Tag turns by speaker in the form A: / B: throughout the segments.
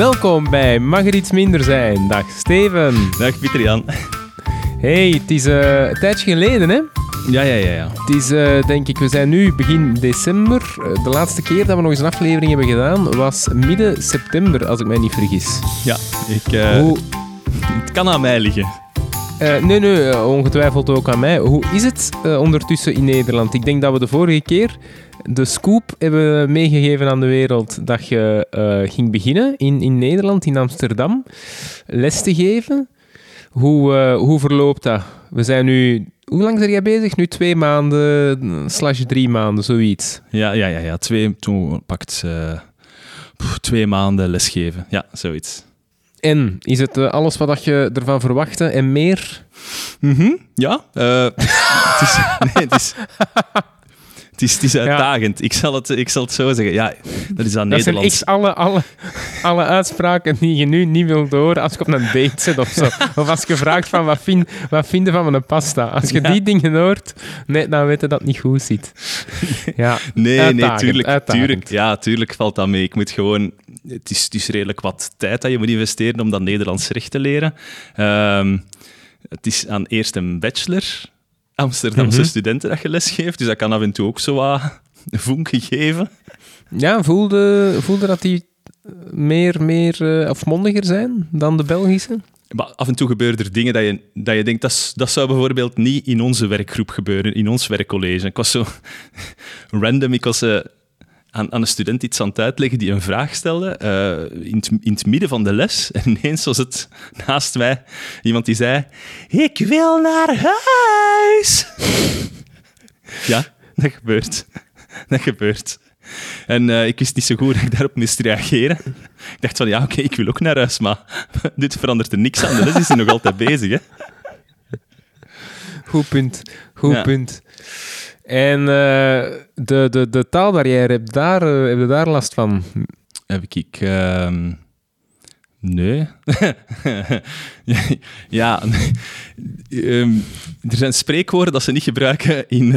A: Welkom bij Mag er iets minder zijn? Dag Steven.
B: Dag Pieter-Jan.
A: Hey, het is een tijdje geleden, hè?
B: Ja.
A: Het is, denk ik, we zijn nu begin december. De laatste keer dat we nog eens een aflevering hebben gedaan was midden september, als ik mij niet vergis.
B: Ja, het kan aan mij liggen.
A: Nee, ongetwijfeld ook aan mij. Hoe is het ondertussen in Nederland? Ik denk dat we de vorige keer de scoop hebben meegegeven aan de wereld dat je ging beginnen in Nederland, in Amsterdam, les te geven. Hoe verloopt dat? We zijn nu... Hoe lang ben jij bezig? Nu 2 maanden / 3 maanden, zoiets.
B: Ja. 2 maanden lesgeven. Ja, zoiets.
A: En, is het alles wat je ervan verwachtte en meer?
B: Ja. Het is uitdagend. Ja. Ik zal het zo zeggen. Ja, dat is aan Nederlands.
A: Dat zijn echt alle uitspraken die je nu niet wilt horen als je op een date zit of zo. Of als je vraagt van wat vind je van mijn pasta. Als je die dingen hoort, nee, dan weet je dat het niet goed zit. Ja,
B: nee, tuurlijk valt dat mee. Ik moet gewoon... Het is redelijk wat tijd dat je moet investeren om dat Nederlands recht te leren. Het is aan eerst een bachelor... Amsterdamse studenten dat je lesgeeft, dus dat kan af en toe ook zo wat vonken geven. Ja,
A: voelde dat die meer afmondiger zijn dan de Belgische?
B: Maar af en toe gebeuren er dingen dat je denkt, dat zou bijvoorbeeld niet in onze werkgroep gebeuren, in ons werkcollege. Ik was zo random, aan een student iets aan het uitleggen die een vraag stelde in het midden van de les. En ineens was het naast mij iemand die zei... Ik wil naar huis! Ja, dat gebeurt. En ik wist niet zo goed dat ik daarop moest reageren. Ik dacht van, ja, oké, ik wil ook naar huis, maar dit verandert er niks aan. De les is nog altijd bezig, hè.
A: Goed punt. En de taalbarrière, heb je daar last van?
B: Heb ik... Nee. Ja. Er zijn spreekwoorden dat ze niet gebruiken in...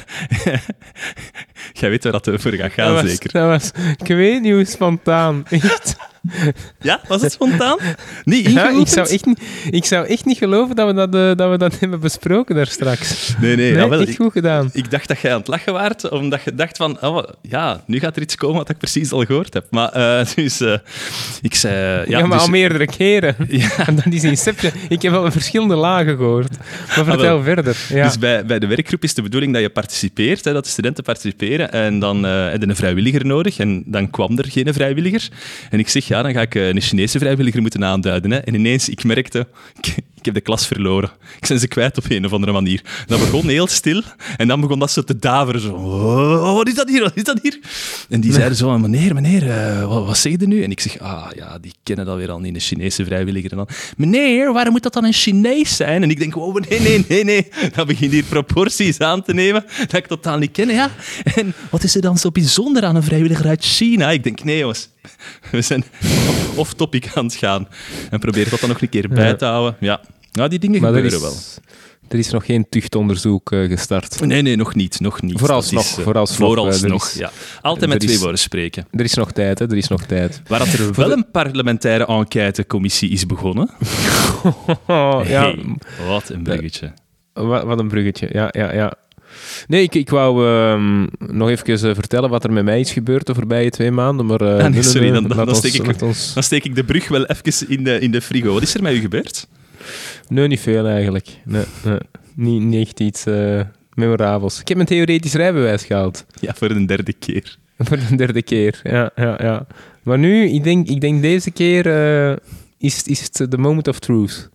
B: Jij weet waar dat over gaat gaan, zeker?
A: Dat was... Ik weet niet hoe spontaan. Echt...
B: Ja, was het spontaan? Niet ingeoefend?
A: Ja, ik zou echt niet geloven dat we dat hebben besproken daar straks.
B: Nee,
A: echt goed gedaan.
B: Ik dacht dat jij aan het lachen waart, omdat je dacht van, nu gaat er iets komen wat ik precies al gehoord heb. Maar ik zei...
A: Ja, maar al meerdere keren. Ja. En dat is Inception. Ik heb al verschillende lagen gehoord. Maar vertel verder. Ja.
B: Dus bij de werkgroep is de bedoeling dat je participeert, dat de studenten participeren, en dan heb je een vrijwilliger nodig. En dan kwam er geen vrijwilliger. En ik zeg, dan ga ik een Chinese vrijwilliger moeten aanduiden. Hè. En ineens, ik merkte, ik heb de klas verloren. Ik ben ze kwijt op een of andere manier. Dat begon heel stil en dan begon dat zo te daveren. Zo, wat is dat hier? En die zeiden zo, meneer, wat zeg je nu? En ik zeg, die kennen dat weer al niet, een Chinese vrijwilliger. En dan, meneer, waarom moet dat dan een Chinees zijn? En ik denk, nee. Dat begint hier proporties aan te nemen dat ik totaal niet ken. Ja. En wat is er dan zo bijzonder aan een vrijwilliger uit China? Ik denk, nee jongens, we zijn off-topic aan het gaan. En probeer dat dan nog een keer bij te houden. Ja, die dingen maar gebeuren wel.
A: Er is nog geen tuchtonderzoek gestart.
B: Nee, nog niet.
A: Vooralsnog,
B: ja. Altijd met 2 woorden spreken.
A: Er is nog tijd, hè. Waar
B: dat er wel een parlementaire enquêtecommissie is begonnen.
A: Ja.
B: Wat een bruggetje.
A: Wat een bruggetje, ja. Nee, ik wou nog even vertellen wat er met mij is gebeurd de voorbije 2 maanden. Maar,
B: dan steek ik de brug wel even in de frigo. Wat is er met u gebeurd?
A: Nee, niet veel eigenlijk. Nee, niet echt iets memorabels. Ik heb mijn theoretisch rijbewijs gehaald.
B: Ja, voor de 3e keer.
A: Voor de 3e keer, ja. Maar nu, ik denk deze keer is het de moment of truth.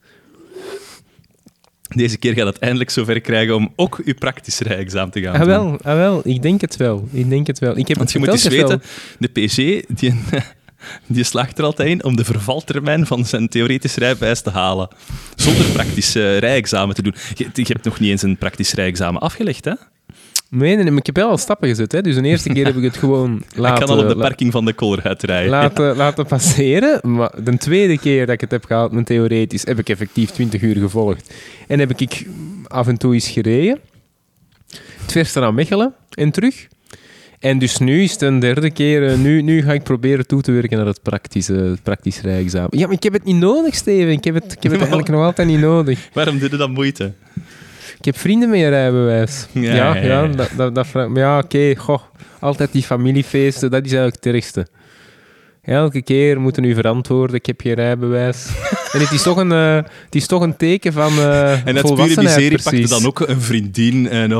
B: Deze keer gaat het eindelijk zover krijgen om ook uw praktisch rijexamen te gaan doen.
A: Wel. Ik denk het wel.
B: Want je moet eens weten, de PC, die slaagt er altijd in om de vervaltermijn van zijn theoretisch rijbewijs te halen. Zonder praktisch rijexamen te doen. Je hebt nog niet eens een praktisch rijexamen afgelegd, hè?
A: Nee, maar ik heb wel al stappen gezet. Hè. Dus de eerste keer heb ik het gewoon laten...
B: Ik kan al op de parking van de Colruyt rijden.
A: Laten passeren. Maar de tweede keer dat ik het heb gehaald, mijn theoretisch, heb ik effectief 20 uur gevolgd. En heb ik af en toe eens gereden. Het verste naar Mechelen en terug. En dus nu is het een derde keer... Nu ga ik proberen toe te werken naar het praktisch rijexamen. Ja, maar ik heb het niet nodig, Steven. Ik heb het eigenlijk nog altijd niet nodig.
B: Waarom doe je dan moeite?
A: Ik heb vrienden met een rijbewijs. Ja, dat vraag... Ja, oké. Goh, altijd die familiefeesten, dat is eigenlijk het ergste. Elke keer moeten u verantwoorden, ik heb geen rijbewijs. En het is toch een teken van
B: en uit pure miserie pakte dan ook een vriendin. En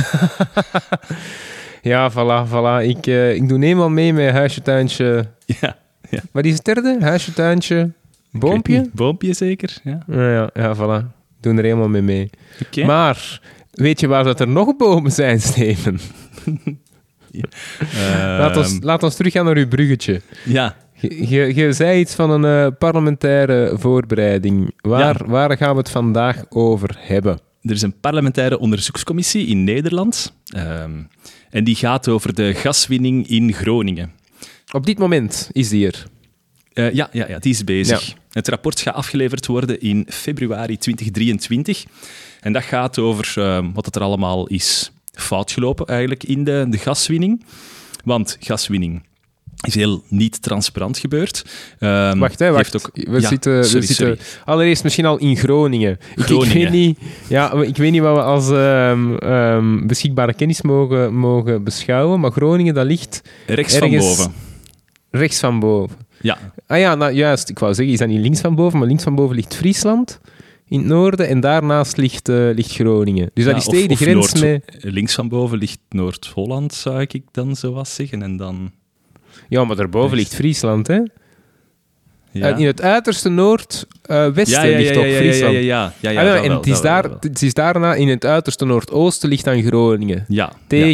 A: Ja, voilà. Ik doe eenmaal mee met huisje, tuintje...
B: Ja.
A: Wat is het derde? Huisje, tuintje, boompje?
B: Boompje zeker, ja.
A: Ja, voilà. Ik doe er helemaal mee.
B: Okay.
A: Maar, weet je waar dat er nog bomen zijn, Steven? Laat ons teruggaan naar uw bruggetje.
B: Ja.
A: Je zei iets van een parlementaire voorbereiding. Waar gaan we het vandaag over hebben?
B: Er is een parlementaire onderzoekscommissie in Nederland. En die gaat over de gaswinning in Groningen.
A: Op dit moment is die er.
B: Ja, die is bezig.
A: Ja.
B: Het rapport gaat afgeleverd worden in februari 2023. En dat gaat over wat er allemaal is fout gelopen eigenlijk in de gaswinning. Want gaswinning is heel niet transparant gebeurd.
A: Wacht. We zitten allereerst misschien al in Groningen. Ik weet niet wat we als beschikbare kennis mogen beschouwen, maar Groningen, dat ligt
B: rechts van boven.
A: Rechts van boven.
B: Ja.
A: Ah ja, nou juist. Ik wou zeggen, is dat niet links van boven, maar links van boven ligt Friesland in het noorden en daarnaast ligt Groningen. Dus dat is tegen de grens met...
B: Links van boven ligt Noord-Holland, zou ik dan zo wat zeggen. En dan...
A: Ja, maar daarboven ligt Friesland, hè? Ja. In het uiterste noordwesten ligt toch Friesland?
B: Ja.
A: En het is daarna in het uiterste noordoosten ligt dan Groningen.
B: Ja.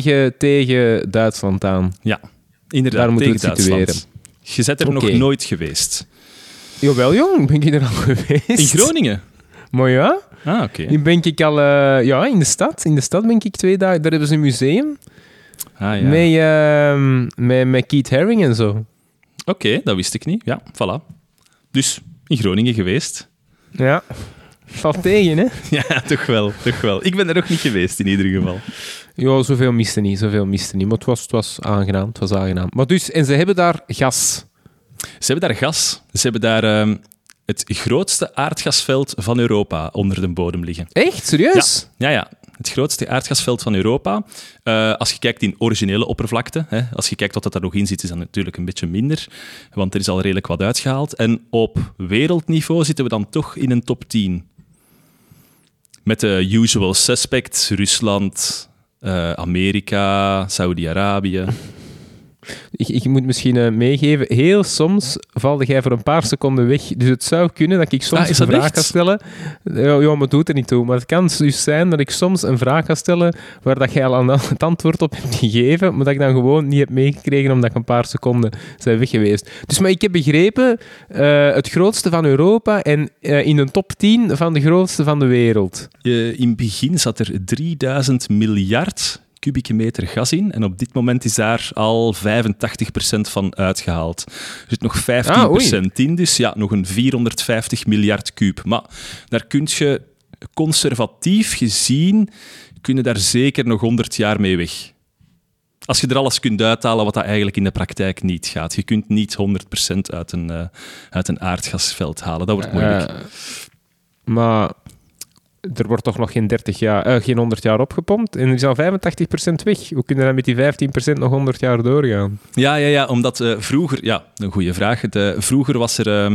A: Tegen Duitsland aan.
B: Ja, inderdaad.
A: Daar moeten we het situeren.
B: Je bent er nog nooit geweest.
A: Jawel, jong. Ben ik er al geweest.
B: In Groningen?
A: Maar ja.
B: Ah, oké.
A: Nu ben ik al... in de stad. In de stad ben ik 2 dagen. Daar hebben ze een museum.
B: Ah, ja.
A: Met Keith Haring en zo.
B: Oké, dat wist ik niet. Ja, voilà. Dus in Groningen geweest.
A: Ja. Valt tegen, hè?
B: Ja, toch wel. Ik ben er nog niet geweest, in ieder geval.
A: Ja, zoveel miste niet. Maar het was aangenaam. Maar dus, en ze hebben daar gas.
B: Ze hebben daar het grootste aardgasveld van Europa onder de bodem liggen.
A: Echt? Serieus?
B: Ja. Het grootste aardgasveld van Europa. Als je kijkt in originele oppervlakte, hè, als je kijkt wat er nog in zit, is dat natuurlijk een beetje minder, want er is al redelijk wat uitgehaald. En op wereldniveau zitten we dan toch in een top 10. Met de usual suspects, Rusland, Amerika, Saudi-Arabië.
A: Ik moet misschien meegeven, heel soms valde jij voor een paar seconden weg. Dus het zou kunnen dat ik soms een vraag ga stellen. Ja, maar het doet er niet toe. Maar het kan dus zijn dat ik soms een vraag ga stellen waar dat jij al het antwoord op hebt gegeven, maar dat ik dan gewoon niet heb meegekregen omdat ik een paar seconden zijn weg geweest. Dus, maar ik heb begrepen, het grootste van Europa en in de top 10 van de grootste van de wereld.
B: In het begin zat er 3000 miljard kubieke meter gas in. En op dit moment is daar al 85% van uitgehaald. Er zit nog 15% in, dus ja, nog een 450 miljard kuub. Maar daar kun je conservatief gezien, kunnen daar zeker nog 100 jaar mee weg. Als je er alles kunt uithalen wat dat eigenlijk in de praktijk niet gaat. Je kunt niet 100% uit een aardgasveld halen. Dat wordt moeilijk.
A: Maar... Er wordt toch nog geen 100 jaar opgepompt en er is al 85% weg. Hoe kunnen we dan met die 15% nog 100 jaar doorgaan?
B: Ja, omdat vroeger... Ja, een goede vraag. Vroeger was er...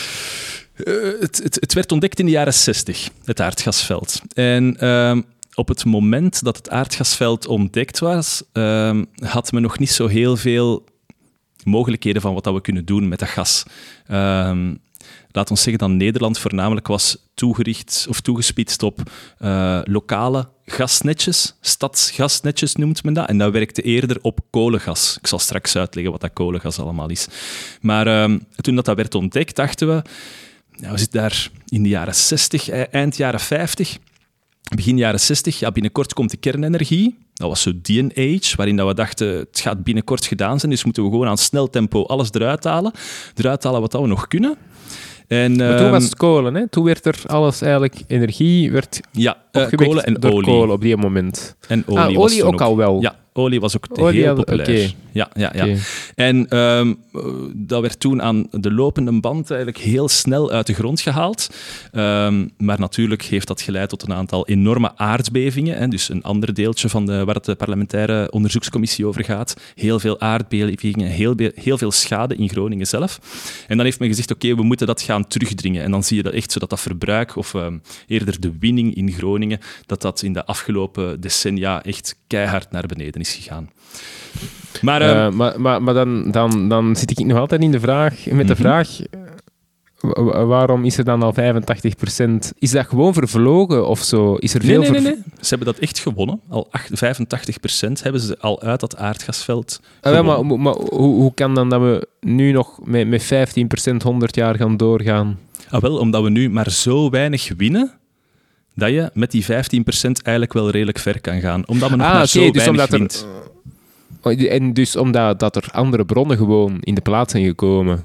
B: Het werd ontdekt in de jaren 60, het aardgasveld. En op het moment dat het aardgasveld ontdekt was, had men nog niet zo heel veel mogelijkheden van wat dat we kunnen doen met dat gas. Laat ons zeggen dat Nederland voornamelijk was toegericht of toegespitst op lokale gasnetjes. Stadsgasnetjes noemt men dat. En dat werkte eerder op kolengas. Ik zal straks uitleggen wat dat kolengas allemaal is. Maar toen dat werd ontdekt, dachten we... Nou, we zitten daar in de jaren 60, eind jaren 50, begin jaren 60. Ja, binnenkort komt de kernenergie. Dat was zo die age, waarin dat we dachten, het gaat binnenkort gedaan zijn, dus moeten we gewoon aan snel tempo alles eruit halen. Eruit halen wat dat we nog kunnen. En,
A: maar toen was het kolen, hè? Toen werd er alles eigenlijk, energie werd
B: kolen en
A: door
B: olie.
A: kolen op die moment.
B: En olie,
A: olie ook al wel?
B: Ja, olie was ook
A: Olie
B: heel
A: had-
B: populair.
A: oké.
B: Ja.
A: Oké.
B: En dat werd toen aan de lopende band eigenlijk heel snel uit de grond gehaald. Maar natuurlijk heeft dat geleid tot een aantal enorme aardbevingen. Hè, dus een ander deeltje van waar het de parlementaire onderzoekscommissie over gaat. Heel veel aardbevingen, heel veel schade in Groningen zelf. En dan heeft men gezegd, oké, we moeten dat gaan terugdringen. En dan zie je dat echt, zodat dat verbruik, of eerder de winning in Groningen, dat in de afgelopen decennia echt keihard naar beneden is gegaan. Maar,
A: Maar dan zit ik nog altijd in de vraag, met de vraag... Waarom is er dan al 85%? Is dat gewoon vervlogen of zo? Is er veel
B: nee. Ze hebben dat echt gewonnen. Al 85% hebben ze al uit dat aardgasveld gewonnen.
A: Maar hoe kan dan dat we nu nog met 15% 100 jaar gaan doorgaan?
B: Wel, omdat we nu maar zo weinig winnen, dat je met die 15% eigenlijk wel redelijk ver kan gaan. Omdat we nog maar zo weinig wint.
A: En dus omdat er andere bronnen gewoon in de plaats zijn gekomen.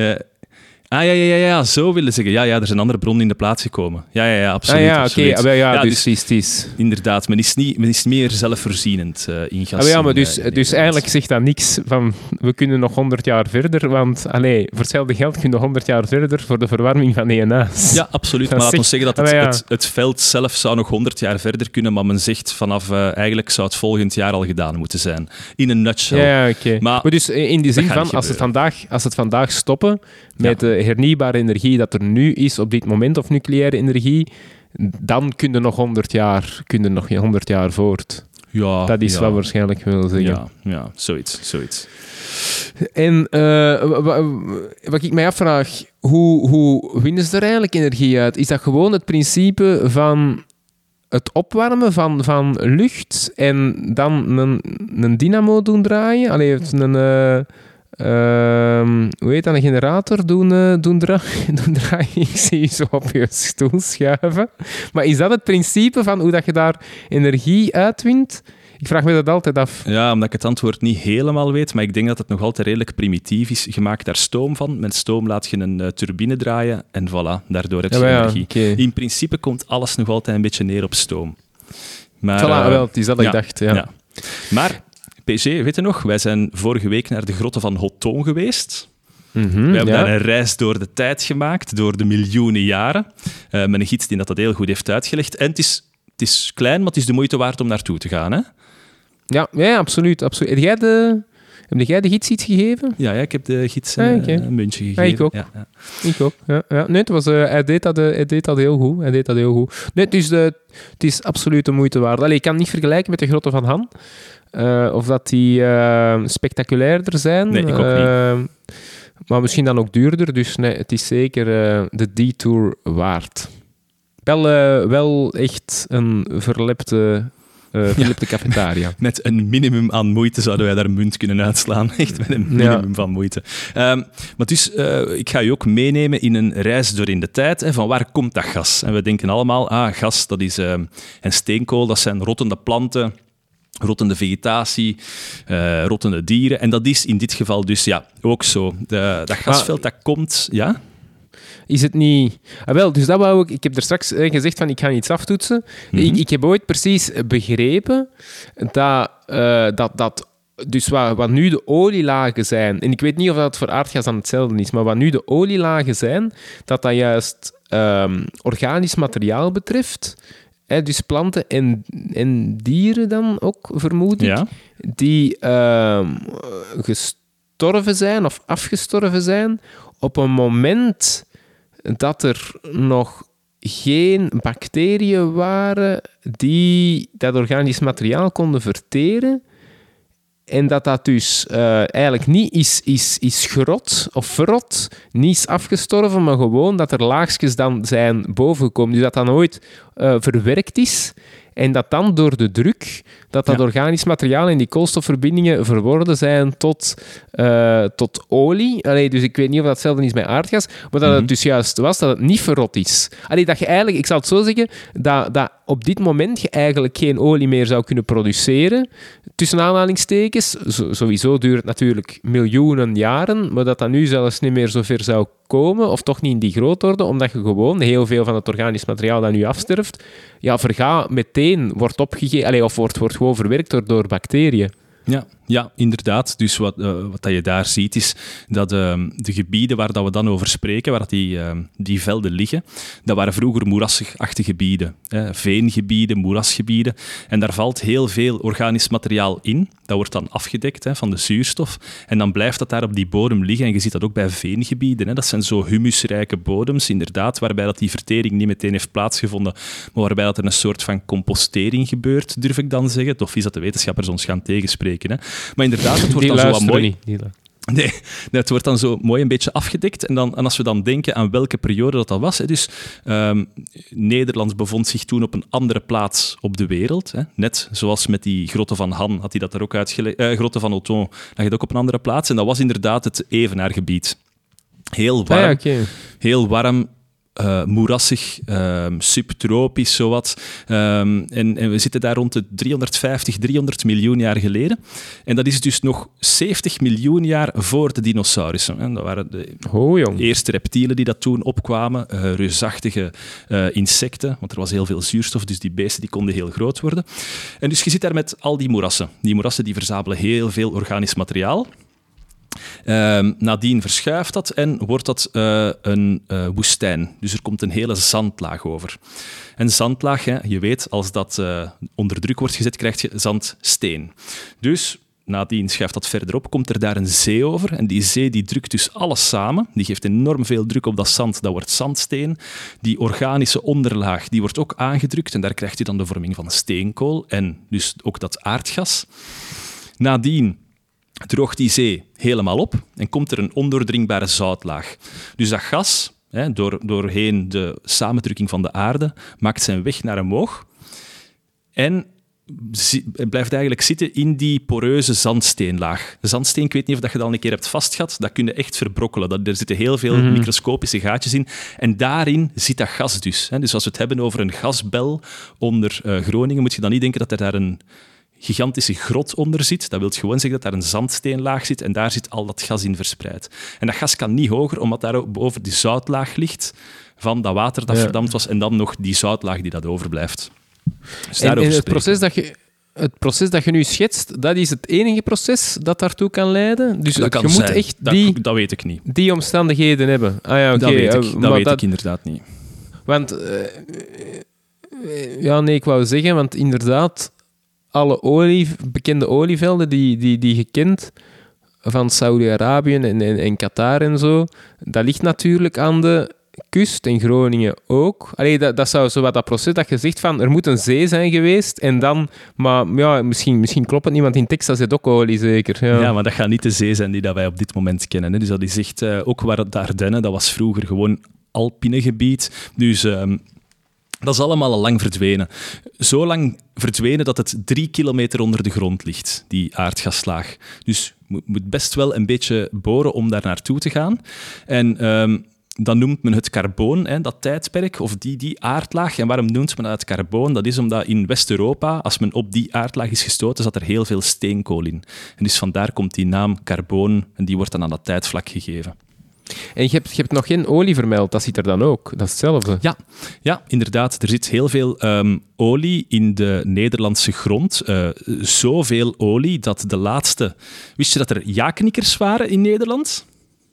B: Ja, zo willen zeggen. Ja, er zijn andere bronnen in de plaats gekomen. Ja, absoluut. Absoluut.
A: Dus het is...
B: Inderdaad, men is meer zelfvoorzienend in gas.
A: Maar dus eigenlijk zegt dat niks van we kunnen nog 100 jaar verder, want voor hetzelfde geld kunnen we 100 jaar verder voor de verwarming van één huis.
B: Ja, absoluut. Maar laten we zeggen dat het veld zelf zou nog 100 jaar verder kunnen, maar men zegt vanaf eigenlijk zou het volgend jaar al gedaan moeten zijn. In een nutshell.
A: Ja, oké. Maar dus in die zin van, als het vandaag stoppen met de hernieuwbare energie dat er nu is op dit moment, of nucleaire energie, dan kun je nog 100 jaar voort. Ja, dat is wat waarschijnlijk wil zeggen.
B: Ja, zoiets.
A: En wat ik mij afvraag, hoe winnen ze er eigenlijk energie uit? Is dat gewoon het principe van het opwarmen van lucht en dan een dynamo doen draaien? Hoe heet dat, een generator doen draaien? Ik zie je zo op je stoel schuiven. Maar is dat het principe van hoe dat je daar energie uitwint? Ik vraag me dat altijd af.
B: Ja, omdat ik het antwoord niet helemaal weet, maar ik denk dat het nog altijd redelijk primitief is. Je maakt daar stoom van. Met stoom laat je een turbine draaien en voilà, daardoor heb je energie. Okay. In principe komt alles nog altijd een beetje neer op stoom. Maar,
A: wel, het is dat ik dacht. Ja.
B: Maar... PG, weet je nog, wij zijn vorige week naar de grotten van Hoton geweest. We hebben daar een reis door de tijd gemaakt, door de miljoenen jaren, met een gids die dat heel goed heeft uitgelegd. En het is klein, maar het is de moeite waard om naartoe te gaan. Hè?
A: Ja, absoluut. Heb jij de gids iets gegeven?
B: Ja, ik heb de gids een muntje gegeven.
A: Ik ook. Ik ook. Ja. Nee, hij deed dat heel goed. Nee, het is absoluut de moeite waard. Ik kan niet vergelijken met de grotten van Han. Of dat die spectaculairder zijn.
B: Nee, ik ook niet.
A: Maar misschien dan ook duurder. Dus nee, het is zeker de detour waard. Wel echt een verlepte cafetaria.
B: Met een minimum aan moeite zouden wij daar een munt kunnen uitslaan. Echt met een minimum van moeite. Maar dus, ik ga je ook meenemen in een reis door in de tijd. Hè, van waar komt dat gas? En we denken allemaal, gas, dat is... en steenkool, dat zijn rottende planten... rottende vegetatie, rottende dieren. En dat is in dit geval dus ook zo. Dat gasveld, dat komt... Ja?
A: Is het niet... dus dat wou ik... Ik heb er straks gezegd van ik ga iets aftoetsen. Mm-hmm. Ik heb ooit precies begrepen dat dus wat nu de olielagen zijn... En ik weet niet of dat voor aardgas dan hetzelfde is, maar wat nu de olielagen zijn, dat juist organisch materiaal betreft... Dus planten en dieren dan ook, vermoed ik, die gestorven zijn of afgestorven zijn op een moment dat er nog geen bacteriën waren die dat organisch materiaal konden verteren. En dat dus eigenlijk niet is gerot of verrot, niet is afgestorven, maar gewoon dat er laagjes dan zijn bovengekomen. Dus dat dat nooit verwerkt is. En dat dan door de druk, dat organisch materiaal en die koolstofverbindingen verworden zijn tot olie. Dus ik weet niet of dat hetzelfde is met aardgas, maar dat het dus juist was dat het niet verrot is. Dat je eigenlijk, ik zal het zo zeggen, dat op dit moment je eigenlijk geen olie meer zou kunnen produceren, tussen aanhalingstekens. Sowieso duurt het natuurlijk miljoenen jaren, maar dat nu zelfs niet meer zo ver zou komen, of toch niet in die grootorde, omdat je gewoon heel veel van het organisch materiaal dat nu afsterft, vergaat meteen, wordt opgegeven, of wordt gewoon verwerkt door bacteriën.
B: Ja, inderdaad. Dus wat dat je daar ziet is dat de gebieden waar dat we dan over spreken, waar die velden liggen, dat waren vroeger moerasachtige gebieden. Veengebieden, moerasgebieden. En daar valt heel veel organisch materiaal in. Dat wordt dan afgedekt van de zuurstof. En dan blijft dat daar op die bodem liggen. En je ziet dat ook bij veengebieden. Dat zijn zo humusrijke bodems, inderdaad, waarbij dat die vertering niet meteen heeft plaatsgevonden, maar waarbij dat er een soort van compostering gebeurt, durf ik dan zeggen. Of is dat de wetenschappers ons gaan tegenspreken. Hè? Maar inderdaad, het wordt dan zo wat mooi. Nee, het wordt dan zo mooi een beetje afgedekt. En als we dan denken aan welke periode dat was. Dus Nederland bevond zich toen op een andere plaats op de wereld. Net zoals met die grotten van Han had hij dat er ook uitgelegd. Grotten van Othon lag het ook op een andere plaats. En dat was inderdaad het Evenaargebied. Heel warm. Heel warm. Moerassig, subtropisch, zowat. En we zitten daar rond de 300 miljoen jaar geleden. En dat is dus nog 70 miljoen jaar voor de dinosaurussen. En dat waren de eerste reptielen die dat toen opkwamen. Reusachtige insecten, want er was heel veel zuurstof, dus die beesten die konden heel groot worden. En dus je zit daar met al die moerassen. Die moerassen die verzamelen heel veel organisch materiaal. Nadien verschuift dat en wordt dat een woestijn. Dus er komt een hele zandlaag over. En zandlaag, je weet, als dat onder druk wordt gezet, krijg je zandsteen. Dus nadien schuift dat verderop, komt er daar een zee over. En die zee die drukt dus alles samen. Die geeft enorm veel druk op dat zand. Dat wordt zandsteen. Die organische onderlaag die wordt ook aangedrukt. En daar krijg je dan de vorming van steenkool. En dus ook dat aardgas. Nadien droogt die zee helemaal op en komt er een ondoordringbare zoutlaag. Dus dat gas, doorheen de samendrukking van de aarde, maakt zijn weg naar omhoog en blijft eigenlijk zitten in die poreuze zandsteenlaag. De zandsteen, ik weet niet of dat je dat al een keer hebt vastgehad, dat kun je echt verbrokkelen. Er zitten heel veel microscopische gaatjes in. En daarin zit dat gas dus. Dus als we het hebben over een gasbel onder Groningen, moet je dan niet denken dat er daar een gigantische grot onder zit. Dat wil gewoon zeggen dat daar een zandsteenlaag zit en daar zit al dat gas in verspreid. En dat gas kan niet hoger, omdat daar boven die zoutlaag ligt van dat water dat verdampt was en dan nog die zoutlaag die dat overblijft. Dus
A: en het proces dat je nu schetst, dat is het enige proces dat daartoe kan leiden? Dus
B: dat kan
A: je
B: zijn.
A: Moet echt
B: dat weet ik niet.
A: Die omstandigheden hebben?
B: Dat weet ik inderdaad niet.
A: Want... ik wou zeggen, want inderdaad... alle bekende olievelden die je kent, van Saudi-Arabië en Qatar en zo, dat ligt natuurlijk aan de kust, in Groningen ook. Allee, dat zou zo wat dat proces dat je zegt van, er moet een zee zijn geweest, en dan... Maar ja, misschien klopt het niet, want in Texas zit ook olie, zeker.
B: Ja, maar dat gaat niet de zee zijn die dat wij op dit moment kennen. Hè. Dus dat is echt... ook waar de Ardennen, dat was vroeger gewoon alpinegebied. Dus... dat is allemaal al lang verdwenen. Zo lang verdwenen dat het 3 kilometer onder de grond ligt, die aardgaslaag. Dus je moet best wel een beetje boren om daar naartoe te gaan. En dan noemt men het carboon, dat tijdperk, of die aardlaag. En waarom noemt men dat het carboon? Dat is omdat in West-Europa, als men op die aardlaag is gestoten, zat er heel veel steenkool in. En dus vandaar komt die naam carboon, en die wordt dan aan dat tijdvlak gegeven.
A: En je hebt nog geen olie vermeld, dat zit er dan ook? Dat is hetzelfde?
B: Ja, inderdaad. Er zit heel veel olie in de Nederlandse grond. Zoveel olie dat de laatste... Wist je dat er ja-knikkers waren in Nederland?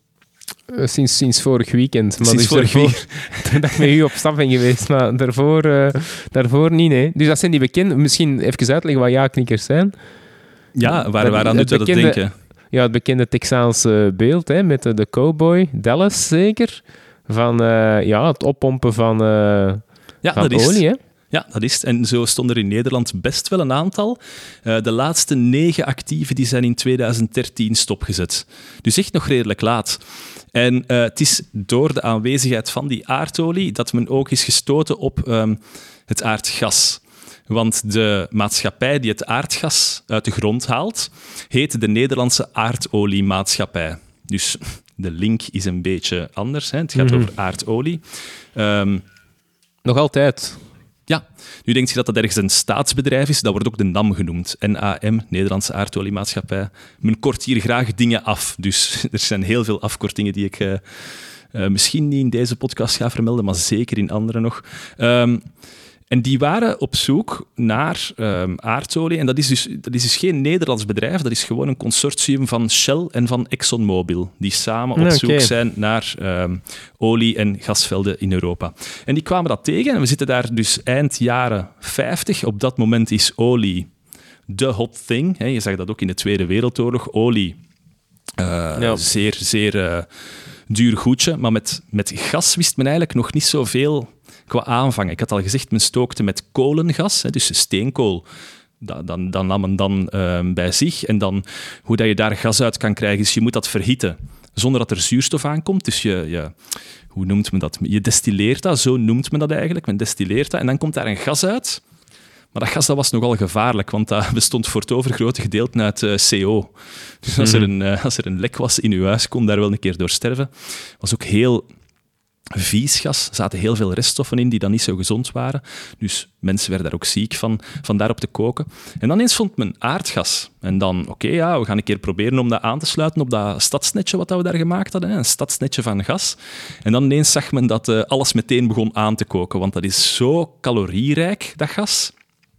A: Sinds vorig weekend. Maar
B: sinds vorig weekend.
A: Dat ik met u op stap ben geweest, maar daarvoor niet, nee. Dus dat zijn die bekende... Misschien even uitleggen wat ja-knikkers zijn.
B: Ja, waaraan doet dat denken?
A: Ja, het bekende Texaanse beeld, met de cowboy, Dallas zeker, van het oppompen van olie, hè?
B: Ja, dat is het. En zo stonden er in Nederland best wel een aantal. De laatste 9 actieve die zijn in 2013 stopgezet. Dus echt nog redelijk laat. En het is door de aanwezigheid van die aardolie dat men ook is gestoten op het aardgas. Want de maatschappij die het aardgas uit de grond haalt, heet de Nederlandse Aardoliemaatschappij. Dus de link is een beetje anders. Hè. Het gaat over aardolie.
A: Nog altijd.
B: Ja, nu denk je dat dat ergens een staatsbedrijf is. Dat wordt ook de NAM genoemd. NAM, Nederlandse Aardoliemaatschappij. Men kort hier graag dingen af. Dus er zijn heel veel afkortingen die ik misschien niet in deze podcast ga vermelden, maar zeker in andere nog. En die waren op zoek naar aardolie. En dat is dus geen Nederlands bedrijf, dat is gewoon een consortium van Shell en van ExxonMobil, die samen op zoek zijn naar olie- en gasvelden in Europa. En die kwamen dat tegen en we zitten daar dus eind jaren 50. Op dat moment is olie de hot thing. Hè. Je zag dat ook in de Tweede Wereldoorlog. Olie, zeer, zeer duur goedje. Maar met gas wist men eigenlijk nog niet zoveel qua aanvang. Ik had al gezegd, men stookte met kolengas, hè, dus steenkool. Dan nam men dan bij zich. En dan, hoe dat je daar gas uit kan krijgen, is je moet dat verhitten zonder dat er zuurstof aankomt. Dus hoe noemt men dat? Je destilleert dat, zo noemt men dat eigenlijk. Men destilleert dat en dan komt daar een gas uit. Maar dat gas dat was nogal gevaarlijk, want dat bestond voor het overgrote gedeelte uit CO. Dus als er een lek was in uw huis, kon daar wel een keer door sterven. Was ook heel vies gas. Er zaten heel veel reststoffen in die dan niet zo gezond waren. Dus mensen werden daar ook ziek van daarop te koken. En dan eens vond men aardgas. En dan, we gaan een keer proberen om dat aan te sluiten op dat stadsnetje wat we daar gemaakt hadden. Een stadsnetje van gas. En dan ineens zag men dat alles meteen begon aan te koken. Want dat is zo calorierijk, dat gas.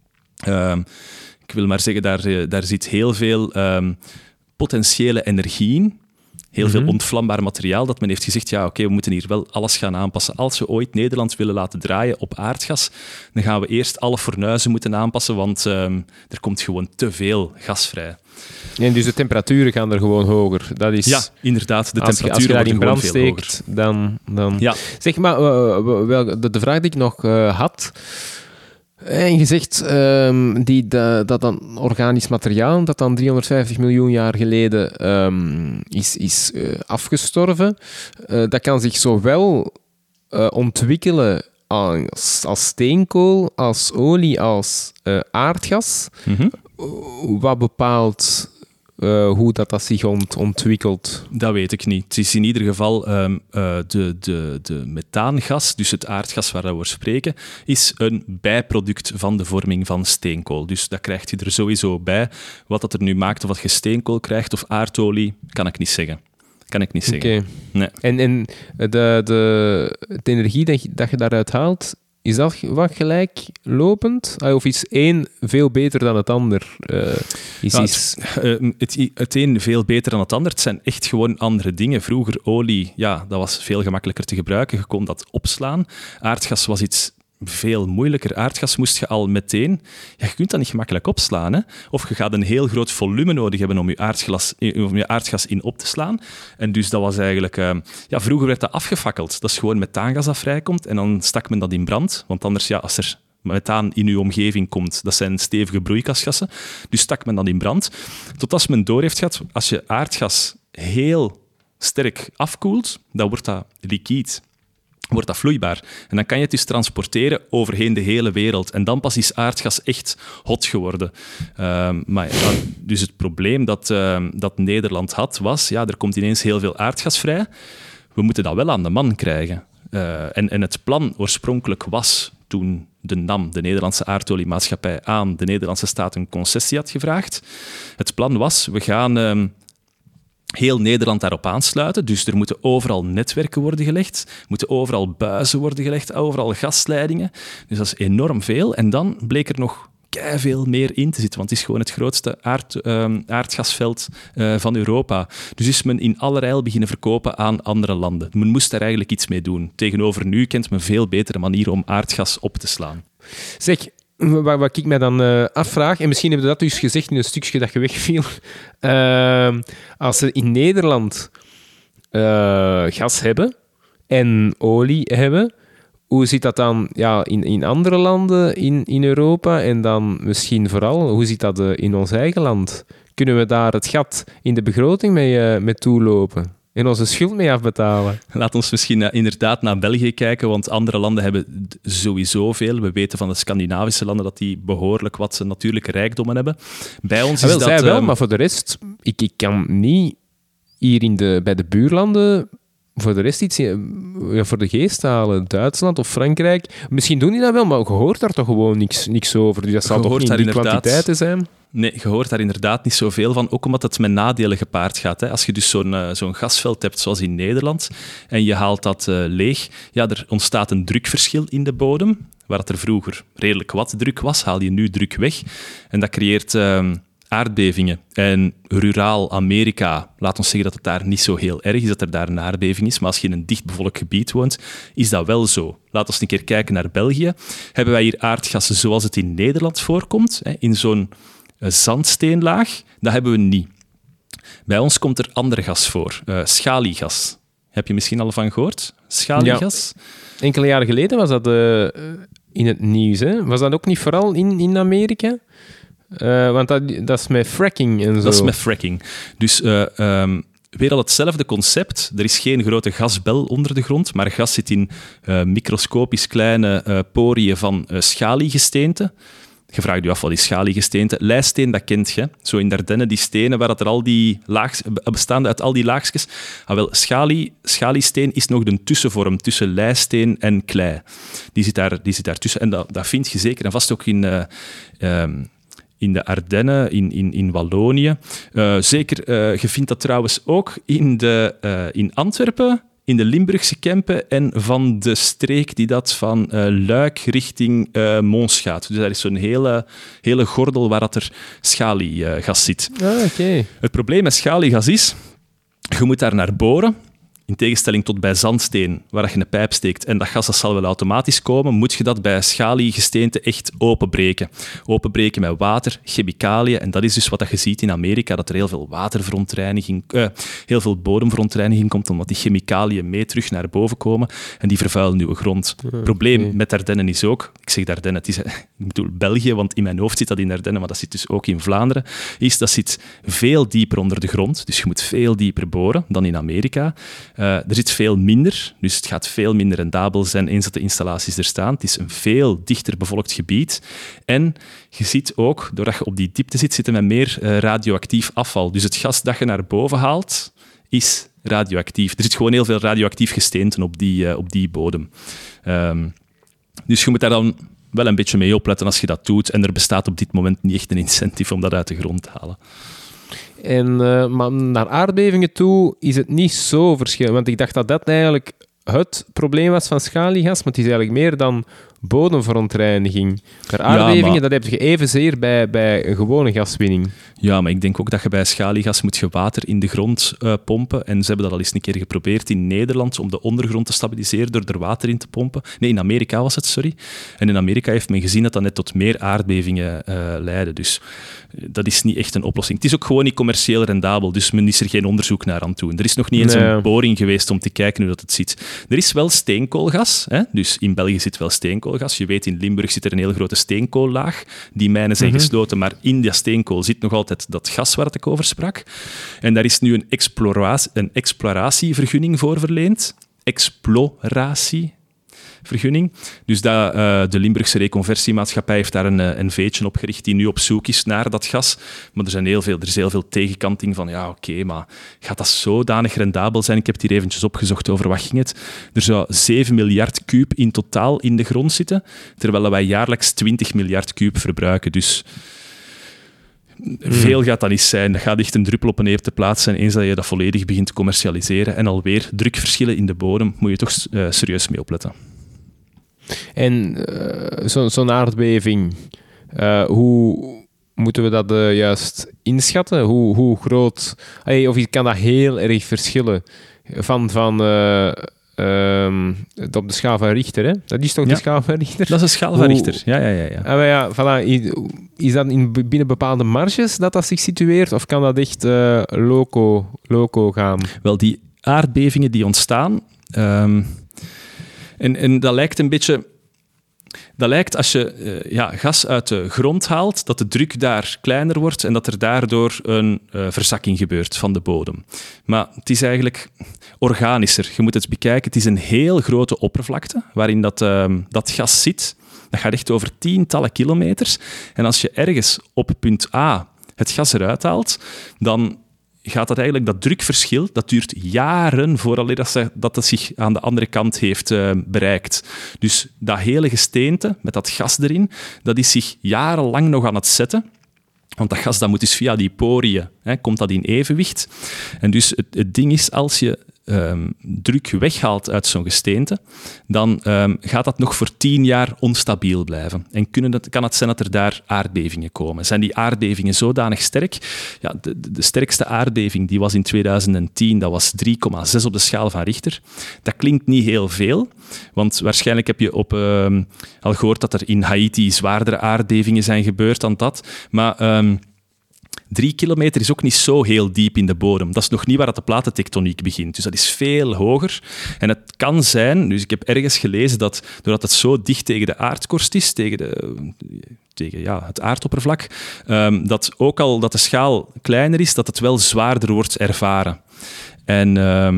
B: Ik wil maar zeggen, daar zit heel veel potentiële energie in. Heel veel ontvlambaar materiaal, dat men heeft gezegd, we moeten hier wel alles gaan aanpassen. Als we ooit Nederland willen laten draaien op aardgas, dan gaan we eerst alle fornuizen moeten aanpassen, want er komt gewoon te veel gas vrij.
A: En dus de temperaturen gaan er gewoon hoger. Dat is,
B: ja, inderdaad. De temperaturen
A: als je daar in
B: worden
A: brand
B: gewoon veel
A: steekt, dan...
B: Ja.
A: Zeg maar, de vraag die ik nog had... En je zegt dat dan organisch materiaal, dat dan 350 miljoen jaar geleden is afgestorven, dat kan zich zowel ontwikkelen als steenkool, als olie, als aardgas.
B: Mm-hmm.
A: Wat bepaalt hoe dat zich ontwikkelt?
B: Dat weet ik niet. Het is in ieder geval de methaangas, dus het aardgas waar we over spreken, is een bijproduct van de vorming van steenkool. Dus dat krijg je er sowieso bij. Wat dat er nu maakt, of wat je steenkool krijgt of aardolie, kan ik niet zeggen.
A: Okay.
B: Nee.
A: En de energie dat je daaruit haalt, is dat wat gelijklopend? Of is één veel beter dan het ander?
B: Het een veel beter dan het ander. Het zijn echt gewoon andere dingen. Vroeger olie, dat was veel gemakkelijker te gebruiken. Je kon dat opslaan. Aardgas was iets veel moeilijker. Aardgas moest je al meteen... Ja, je kunt dat niet gemakkelijk opslaan. Hè? Of je gaat een heel groot volume nodig hebben om je aardgas in op te slaan. En dus dat was eigenlijk... vroeger werd dat afgefakkeld. Dat is gewoon methaangas dat vrijkomt en dan stak men dat in brand. Want anders, als er methaan in uw omgeving komt, dat zijn stevige broeikasgassen. Dus stak men dat in brand. Tot als men door heeft gehad, als je aardgas heel sterk afkoelt, dan wordt dat liquid. Wordt dat vloeibaar. En dan kan je het dus transporteren overheen de hele wereld. En dan pas is aardgas echt hot geworden. Dus het probleem dat Nederland had, was... er komt ineens heel veel aardgas vrij. We moeten dat wel aan de man krijgen. En het plan oorspronkelijk was, toen de NAM, de Nederlandse aardoliemaatschappij, aan de Nederlandse staat een concessie had gevraagd. Het plan was, we gaan... heel Nederland daarop aansluiten. Dus er moeten overal netwerken worden gelegd, moeten overal buizen worden gelegd, overal gasleidingen. Dus dat is enorm veel. En dan bleek er nog keiveel meer in te zitten, want het is gewoon het grootste aardgasveld van Europa. Dus is men in allerijl beginnen verkopen aan andere landen. Men moest daar eigenlijk iets mee doen. Tegenover nu kent men veel betere manieren om aardgas op te slaan.
A: Zeg, wat ik mij dan afvraag, en misschien heb je dat dus gezegd in een stukje dat je wegviel, als ze in Nederland gas hebben en olie hebben, hoe zit dat dan in andere landen in Europa en dan misschien vooral, hoe zit dat in ons eigen land? Kunnen we daar het gat in de begroting mee toelopen? En onze schuld mee afbetalen.
B: Laat ons misschien inderdaad naar België kijken, want andere landen hebben sowieso veel. We weten van de Scandinavische landen dat die behoorlijk wat natuurlijke rijkdommen hebben. Bij ons is dat...
A: Zij wel, maar voor de rest, ik kan niet hier bij de buurlanden voor de rest iets voor de geest halen. Duitsland of Frankrijk. Misschien doen die dat wel, maar je hoort daar toch gewoon niks over. Dus dat zal toch niet in die kwantiteiten zijn?
B: Nee, je hoort daar inderdaad niet zoveel van, ook omdat het met nadelen gepaard gaat. Hè. Als je dus zo'n gasveld hebt zoals in Nederland en je haalt dat leeg, ja, er ontstaat een drukverschil in de bodem. Waar het er vroeger redelijk wat druk was, haal je nu druk weg. En dat creëert aardbevingen. En ruraal Amerika, laat ons zeggen dat het daar niet zo heel erg is, dat er daar een aardbeving is, maar als je in een dichtbevolkt gebied woont, is dat wel zo. Laat ons een keer kijken naar België. Hebben wij hier aardgassen zoals het in Nederland voorkomt, hè, in zo'n zandsteenlaag? Dat hebben we niet. Bij ons komt er ander gas voor, schaliegas. Heb je misschien al van gehoord? Schaliegas?
A: Ja. Enkele jaren geleden was dat in het nieuws. Hè? Was dat ook niet vooral in Amerika? Want dat is met fracking en zo.
B: Dat is met fracking. Dus weer al hetzelfde concept. Er is geen grote gasbel onder de grond, maar gas zit in microscopisch kleine poriën van schaliegesteente. Je vraagt je af, wat is schaliegesteente? Leisteen, dat kent je. Zo in Dardenne, die stenen waar er al die bestaande uit al die laagjes. Ah, wel, schaliesteen is nog de tussenvorm tussen leisteen en klei. Die zit daar tussen. En dat vind je zeker en vast ook in de Ardennen, in Wallonië. Zeker, je vindt dat trouwens ook in Antwerpen, in de Limburgse Kempen en van de streek die dat van Luik richting Mons gaat. Dus daar is zo'n hele gordel waar dat er schaliegas zit.
A: Ah, okay.
B: Het probleem met schaliegas is, je moet daar naar boren. In tegenstelling tot bij zandsteen, waar je een pijp steekt en dat gas dat zal wel automatisch komen, moet je dat bij schaliegesteente echt openbreken. Openbreken met water, chemicaliën. En dat is dus wat je ziet in Amerika, dat er heel veel waterverontreiniging, heel veel bodemverontreiniging komt, omdat die chemicaliën mee terug naar boven komen en die vervuilen nieuwe grond. Het probleem met Ardennen is ook, ik zeg Ardennen, ik bedoel België, want in mijn hoofd zit dat in Ardennen, maar dat zit dus ook in Vlaanderen, dat zit veel dieper onder de grond. Dus je moet veel dieper boren dan in Amerika. Er zit veel minder, dus het gaat veel minder rendabel zijn eens dat de installaties er staan. Het is een veel dichter bevolkt gebied. En je ziet ook, doordat je op die diepte zit met meer radioactief afval. Dus het gas dat je naar boven haalt, is radioactief. Er zit gewoon heel veel radioactief gesteente op die bodem. Dus je moet daar dan wel een beetje mee opletten als je dat doet. En er bestaat op dit moment niet echt een incentive om dat uit de grond te halen.
A: En maar naar aardbevingen toe is het niet zo verschillend. Want ik dacht dat dat eigenlijk het probleem was van schaliegas, maar het is eigenlijk meer dan bodemverontreiniging. Naar aardbevingen, dat heb je evenzeer bij een gewone gaswinning.
B: Ja, maar ik denk ook dat je bij schaliegas moet je water in de grond pompen. En ze hebben dat al eens een keer geprobeerd in Nederland om de ondergrond te stabiliseren door er water in te pompen. Nee, in Amerika was het, sorry. En in Amerika heeft men gezien dat dat net tot meer aardbevingen leidde. Dus dat is niet echt een oplossing. Het is ook gewoon niet commercieel rendabel, dus men is er geen onderzoek naar aan het doen. Er is nog niet eens een boring geweest om te kijken hoe dat het zit. Er is wel steenkoolgas, hè? Dus in België zit wel steenkoolgas. Je weet, in Limburg zit er een heel grote steenkoollaag. Die mijnen zijn gesloten, maar in die steenkool zit nog altijd dat gas waar ik over sprak. En daar is nu een exploratievergunning voor verleend. Exploratievergunning. Dus de Limburgse Reconversiemaatschappij heeft daar een NV'tje opgericht die nu op zoek is naar dat gas. Maar er is heel veel tegenkanting van, ja, oké, maar gaat dat zodanig rendabel zijn? Ik heb het hier eventjes opgezocht over wat ging het. Er zou 7 miljard kuub in totaal in de grond zitten, terwijl wij jaarlijks 20 miljard kuub verbruiken. Dus veel gaat dat niet zijn. Dat gaat echt een druppel op een eerste plaats zijn eens dat je dat volledig begint te commercialiseren. En alweer drukverschillen in de bodem moet je toch serieus mee opletten. En
A: zo'n aardbeving, hoe moeten we dat juist inschatten? Hoe groot? Of kan dat heel erg verschillen van op de schaal van Richter, hè? Dat is toch de schaal van Richter?
B: Dat is de schaal van Richter, ja.
A: Voilà. Is dat binnen bepaalde marges dat zich situeert? Of kan dat echt loco gaan?
B: Wel, die aardbevingen die ontstaan... En dat lijkt een beetje... Dat lijkt als je gas uit de grond haalt, dat de druk daar kleiner wordt en dat er daardoor een verzakking gebeurt van de bodem. Maar het is eigenlijk organischer. Je moet het bekijken. Het is een heel grote oppervlakte waarin dat gas zit. Dat gaat echt over tientallen kilometers. En als je ergens op punt A het gas eruit haalt, dan gaat dat eigenlijk, dat drukverschil, dat duurt jaren voordat dat zich aan de andere kant heeft bereikt. Dus dat hele gesteente, met dat gas erin, dat is zich jarenlang nog aan het zetten. Want dat gas dat moet dus via die poriën, komt dat in evenwicht. En dus het ding is, als je druk weghaalt uit zo'n gesteente, dan gaat dat nog voor 10 jaar onstabiel blijven. En kan het zijn dat er daar aardbevingen komen. Zijn die aardbevingen zodanig sterk? Ja, de sterkste aardbeving die was in 2010, dat was 3,6 op de schaal van Richter. Dat klinkt niet heel veel, want waarschijnlijk heb je al gehoord dat er in Haiti zwaardere aardbevingen zijn gebeurd dan dat. Maar 3 kilometer is ook niet zo heel diep in de bodem. Dat is nog niet waar de platentectoniek begint. Dus dat is veel hoger. En het kan zijn, dus ik heb ergens gelezen dat doordat het zo dicht tegen de aardkorst is, tegen het aardoppervlak, dat ook al dat de schaal kleiner is, dat het wel zwaarder wordt ervaren. En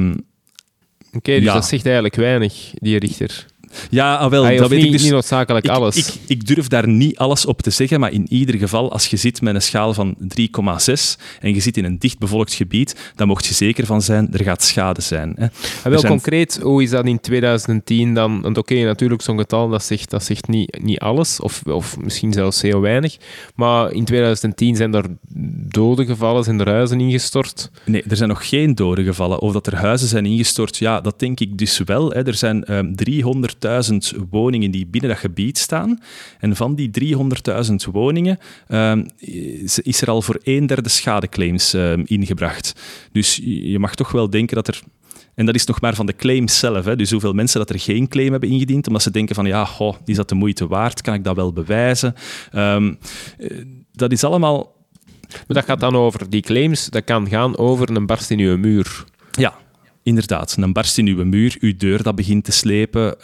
A: Oké, dus dat zegt eigenlijk weinig, die Richter.
B: Ja, wel, dat weet
A: niet,
B: ik dus.
A: Niet noodzakelijk alles.
B: Ik durf daar niet alles op te zeggen, maar in ieder geval, als je zit met een schaal van 3,6 en je zit in een dichtbevolkt gebied, dan mocht je zeker van zijn, er gaat schade zijn. Hè.
A: Concreet, hoe is dat in 2010 dan? Want oké, natuurlijk, zo'n getal, dat zegt niet alles, of misschien zelfs heel weinig. Maar in 2010 zijn er doden gevallen, zijn er huizen ingestort?
B: Nee, er zijn nog geen doden gevallen. Of dat er huizen zijn ingestort, ja, dat denk ik dus wel. Hè. Er zijn 300.000 woningen die binnen dat gebied staan. En van die 300.000 woningen is er al voor 1/3 schadeclaims ingebracht. Dus je mag toch wel denken dat er... En dat is nog maar van de claims zelf. Hè. Dus hoeveel mensen dat er geen claim hebben ingediend, omdat ze denken van, ja, is dat de moeite waard? Kan ik dat wel bewijzen? Dat is allemaal...
A: Maar dat gaat dan over die claims, dat kan gaan over een barst in uw muur.
B: Ja. Inderdaad, een barst in uw muur, uw deur dat begint te slepen.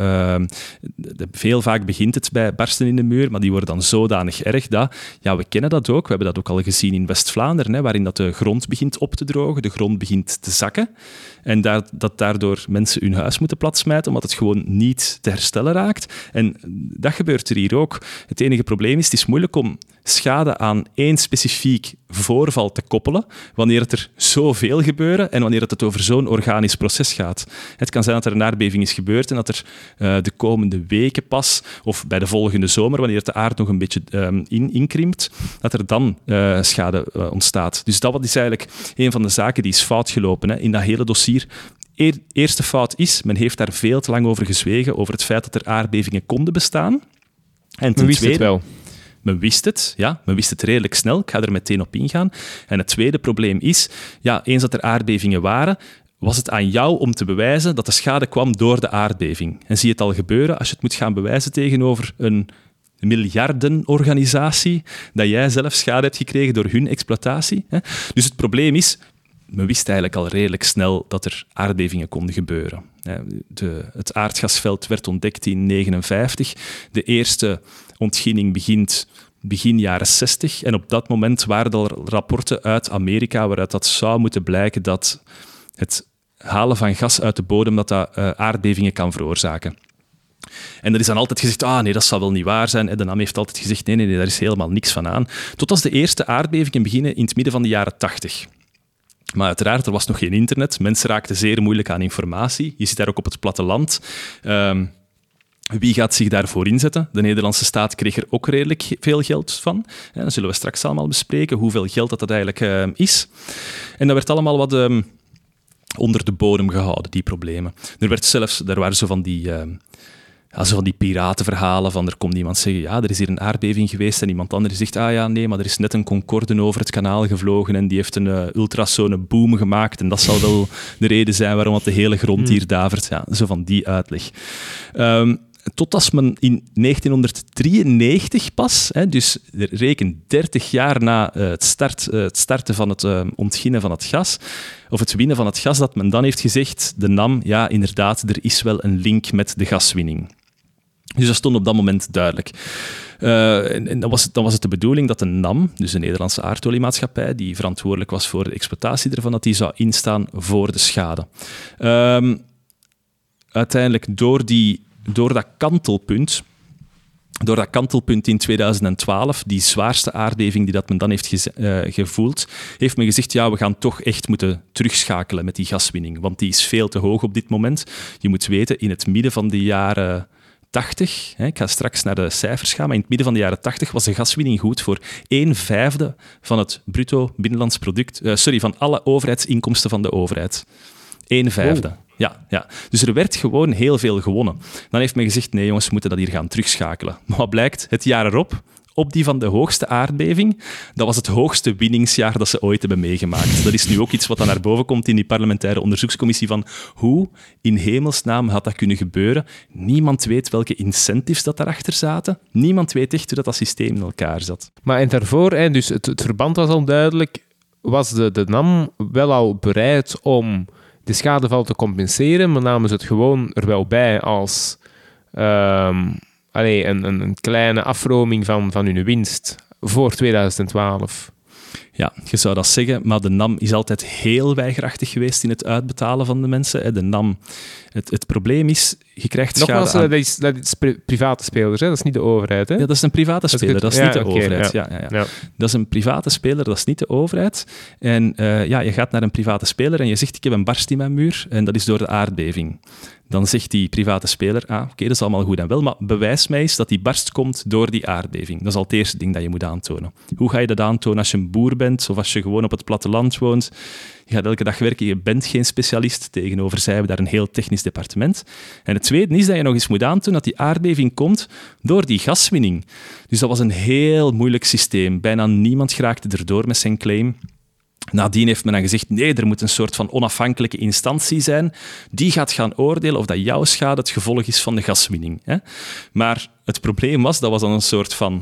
B: Veel vaak begint het bij barsten in de muur, maar die worden dan zodanig erg dat... Ja, we kennen dat ook. We hebben dat ook al gezien in West-Vlaanderen, waarin dat de grond begint op te drogen, de grond begint te zakken. En dat daardoor mensen hun huis moeten platsmijten, omdat het gewoon niet te herstellen raakt. En dat gebeurt er hier ook. Het enige probleem is, het is moeilijk om schade aan één specifiek voorval te koppelen, wanneer het er zoveel gebeuren en wanneer het over zo'n organisch proces gaat. Het kan zijn dat er een aardbeving is gebeurd en dat er de komende weken pas, of bij de volgende zomer, wanneer de aarde nog een beetje inkrimpt, dat er dan schade ontstaat. Dus dat is eigenlijk een van de zaken die is fout gelopen in dat hele dossier. Eerste fout is, men heeft daar veel te lang over gezwegen, over het feit dat er aardbevingen konden bestaan. En ten tweede,
A: het wel.
B: Men wist het, ja, men wist het redelijk snel. Ik ga er meteen op ingaan. En het tweede probleem is, ja, eens dat er aardbevingen waren, was het aan jou om te bewijzen dat de schade kwam door de aardbeving. En zie je het al gebeuren als je het moet gaan bewijzen tegenover een miljardenorganisatie, dat jij zelf schade hebt gekregen door hun exploitatie. Dus het probleem is, men wist eigenlijk al redelijk snel dat er aardbevingen konden gebeuren. Het aardgasveld werd ontdekt in 1959. De eerste ontginning begint begin jaren 60. En op dat moment waren er rapporten uit Amerika waaruit dat zou moeten blijken dat het halen van gas uit de bodem dat aardbevingen kan veroorzaken. En er is dan altijd gezegd, nee, dat zal wel niet waar zijn. En de NAM heeft altijd gezegd, nee, daar is helemaal niks van aan. Tot als de eerste aardbevingen beginnen in het midden van de jaren 80. Maar uiteraard, er was nog geen internet. Mensen raakten zeer moeilijk aan informatie. Je zit daar ook op het platteland. Wie gaat zich daarvoor inzetten? De Nederlandse staat kreeg er ook redelijk veel geld van. Dat zullen we straks allemaal bespreken, hoeveel geld dat eigenlijk is. En dat werd allemaal wat onder de bodem gehouden, die problemen. Er waren zo van die piratenverhalen van er komt iemand zeggen, ja, er is hier een aardbeving geweest en iemand anders zegt, nee, maar er is net een Concorde over het kanaal gevlogen en die heeft een ultrasone boom gemaakt en dat zal wel de reden zijn waarom dat de hele grond hier davert. Ja, zo van die uitleg. Tot als men in 1993 pas, dus reken 30 jaar na het starten van het ontginnen van het gas, of het winnen van het gas, dat men dan heeft gezegd, de NAM, ja, inderdaad, er is wel een link met de gaswinning. Dus dat stond op dat moment duidelijk. En dan was het de bedoeling dat de NAM, dus de Nederlandse aardoliemaatschappij, die verantwoordelijk was voor de exploitatie ervan, dat die zou instaan voor de schade. Uiteindelijk, door dat kantelpunt in 2012, die zwaarste aardbeving die dat men dan heeft gevoeld, heeft men gezegd, ja, we gaan toch echt moeten terugschakelen met die gaswinning, want die is veel te hoog op dit moment. Je moet weten, in het midden van de jaren 80, ik ga straks naar de cijfers gaan, maar in het midden van de jaren 80 was de gaswinning goed voor 1/5 van het bruto binnenlands product, van alle overheidsinkomsten van de overheid. 1/5.
A: Oh.
B: Ja. Dus er werd gewoon heel veel gewonnen. Dan heeft men gezegd, nee jongens, we moeten dat hier gaan terugschakelen. Maar wat blijkt, het jaar erop, op die van de hoogste aardbeving, dat was het hoogste winningsjaar dat ze ooit hebben meegemaakt. Dat is nu ook iets wat dan naar boven komt in die parlementaire onderzoekscommissie van hoe in hemelsnaam had dat kunnen gebeuren. Niemand weet welke incentives dat daarachter zaten. Niemand weet echt hoe dat systeem in elkaar zat.
A: Maar en daarvoor, dus het verband was al duidelijk, was de NAM wel al bereid om de schadeval te compenseren, maar namen ze het gewoon er wel bij als een kleine afroming van hun winst voor 2012.
B: Ja, je zou dat zeggen, maar de NAM is altijd heel weigerachtig geweest in het uitbetalen van de mensen. De NAM, het probleem is, je krijgt schade
A: nogmaals,
B: aan...
A: dat is private spelers, hè? Dat is niet de overheid. Hè?
B: Ja, dat is een private speler, dat is niet de overheid.
A: Ja.
B: Dat is een private speler, dat is niet de overheid. En je gaat naar een private speler en je zegt, ik heb een barst in mijn muur en dat is door de aardbeving. Dan zegt die private speler, oké, dat is allemaal goed en wel, maar bewijs mij eens dat die barst komt door die aardbeving. Dat is al het eerste ding dat je moet aantonen. Hoe ga je dat aantonen als je een boer bent of als je gewoon op het platteland woont? Je gaat elke dag werken, je bent geen specialist. Tegenover zij hebben daar een heel technisch departement. En het tweede is dat je nog eens moet aantonen dat die aardbeving komt door die gaswinning. Dus dat was een heel moeilijk systeem. Bijna niemand geraakte erdoor met zijn claim. Nadien heeft men dan gezegd, nee, er moet een soort van onafhankelijke instantie zijn die gaat gaan oordelen of dat jouw schade het gevolg is van de gaswinning. Hè? Maar het probleem was, dat was dan een soort van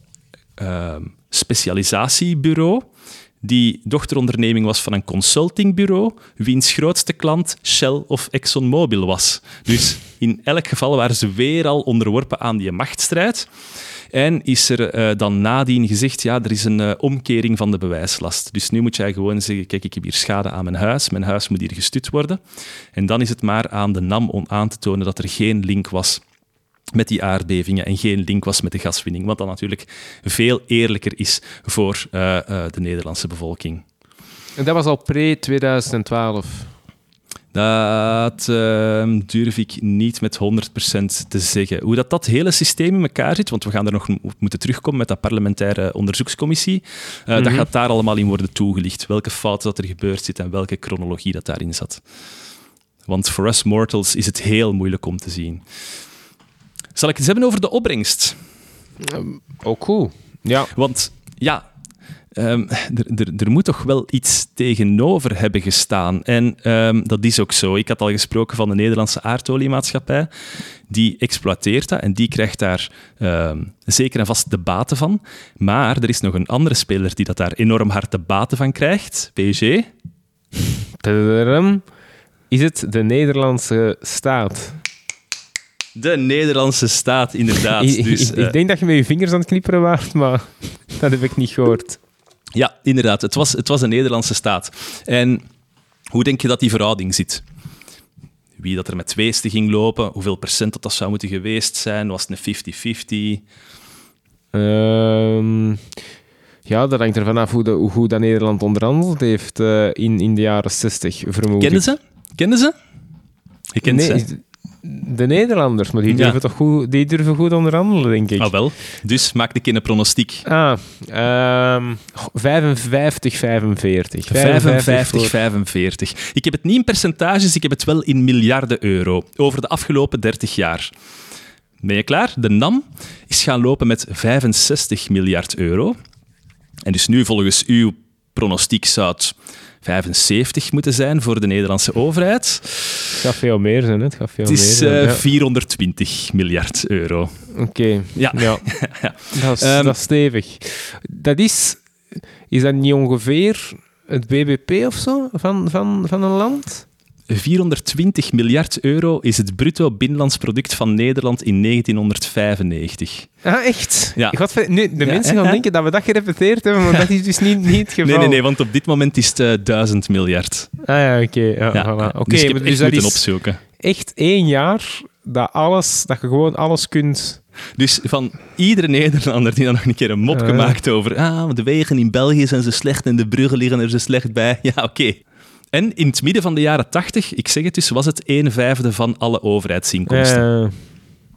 B: specialisatiebureau die dochteronderneming was van een consultingbureau, wiens grootste klant Shell of ExxonMobil was. Dus in elk geval waren ze weer al onderworpen aan die machtsstrijd. En is er dan nadien gezegd, er is een omkering van de bewijslast. Dus nu moet jij gewoon zeggen, kijk, ik heb hier schade aan mijn huis moet hier gestut worden. En dan is het maar aan de NAM om aan te tonen dat er geen link was met die aardbevingen en geen link was met de gaswinning. Wat dan natuurlijk veel eerlijker is voor de Nederlandse bevolking.
A: En dat was al pre-2012?
B: Dat durf ik niet met 100% te zeggen. Hoe dat hele systeem in elkaar zit, want we gaan er nog moeten terugkomen met dat parlementaire onderzoekscommissie, dat gaat daar allemaal in worden toegelicht. Welke fouten dat er gebeurd zit en welke chronologie dat daarin zat. Want voor us mortals is het heel moeilijk om te zien. Zal ik het eens hebben over de opbrengst?
A: Ook goed. Ja.
B: Want er moet toch wel iets tegenover hebben gestaan. En dat is ook zo. Ik had al gesproken van de Nederlandse aardoliemaatschappij. Die exploiteert dat en die krijgt daar zeker en vast de baten van. Maar er is nog een andere speler die dat daar enorm hard de baten van krijgt. PSG.
A: Is het de Nederlandse staat?
B: De Nederlandse staat, inderdaad.
A: Ik denk dat je met je vingers aan het knipperen waart, maar dat heb ik niet gehoord.
B: Ja, inderdaad. Het was de Nederlandse staat. En hoe denk je dat die verhouding zit? Wie dat er met tweesten ging lopen, hoeveel procent dat zou moeten geweest zijn? Was het een 50-50?
A: Dat hangt ervan af hoe dat Nederland onderhandeld heeft in de jaren 60, vermoed ik.
B: Kenden ze? Je kent ze.
A: De Nederlanders, maar die durven toch goed, die durven goed onderhandelen, denk ik.
B: Ah, wel. Dus maak een keer een pronostiek.
A: 55-45. 55-45.
B: Ik heb het niet in percentages, ik heb het wel in miljarden euro. Over de afgelopen 30 jaar. Ben je klaar? De NAM is gaan lopen met 65 miljard euro. En dus nu, volgens uw pronostiek, zou het 75 moeten zijn voor de Nederlandse overheid.
A: Het gaat veel meer zijn, hè?
B: Het is 420 miljard euro.
A: Oké.
B: Ja.
A: Dat is stevig. Is dat niet ongeveer het BBP of zo van een land?
B: 420 miljard euro is het bruto binnenlands product van Nederland in 1995.
A: Ah, echt?
B: Ja.
A: De mensen gaan denken dat we dat gerepeteerd hebben, maar dat is dus niet het geval.
B: Nee, want op dit moment is het 1000 miljard.
A: Ah ja, oké. Voilà.
B: Dus ik heb echt moeten opzoeken.
A: Echt 1 jaar dat je gewoon alles kunt...
B: Dus van iedere Nederlander die dan nog een keer een mop gemaakt over de wegen in België zijn zo slecht en de bruggen liggen er zo slecht bij. Ja, oké. En in het midden van de jaren 80, ik zeg het dus, was het 1/5 van alle overheidsinkomsten.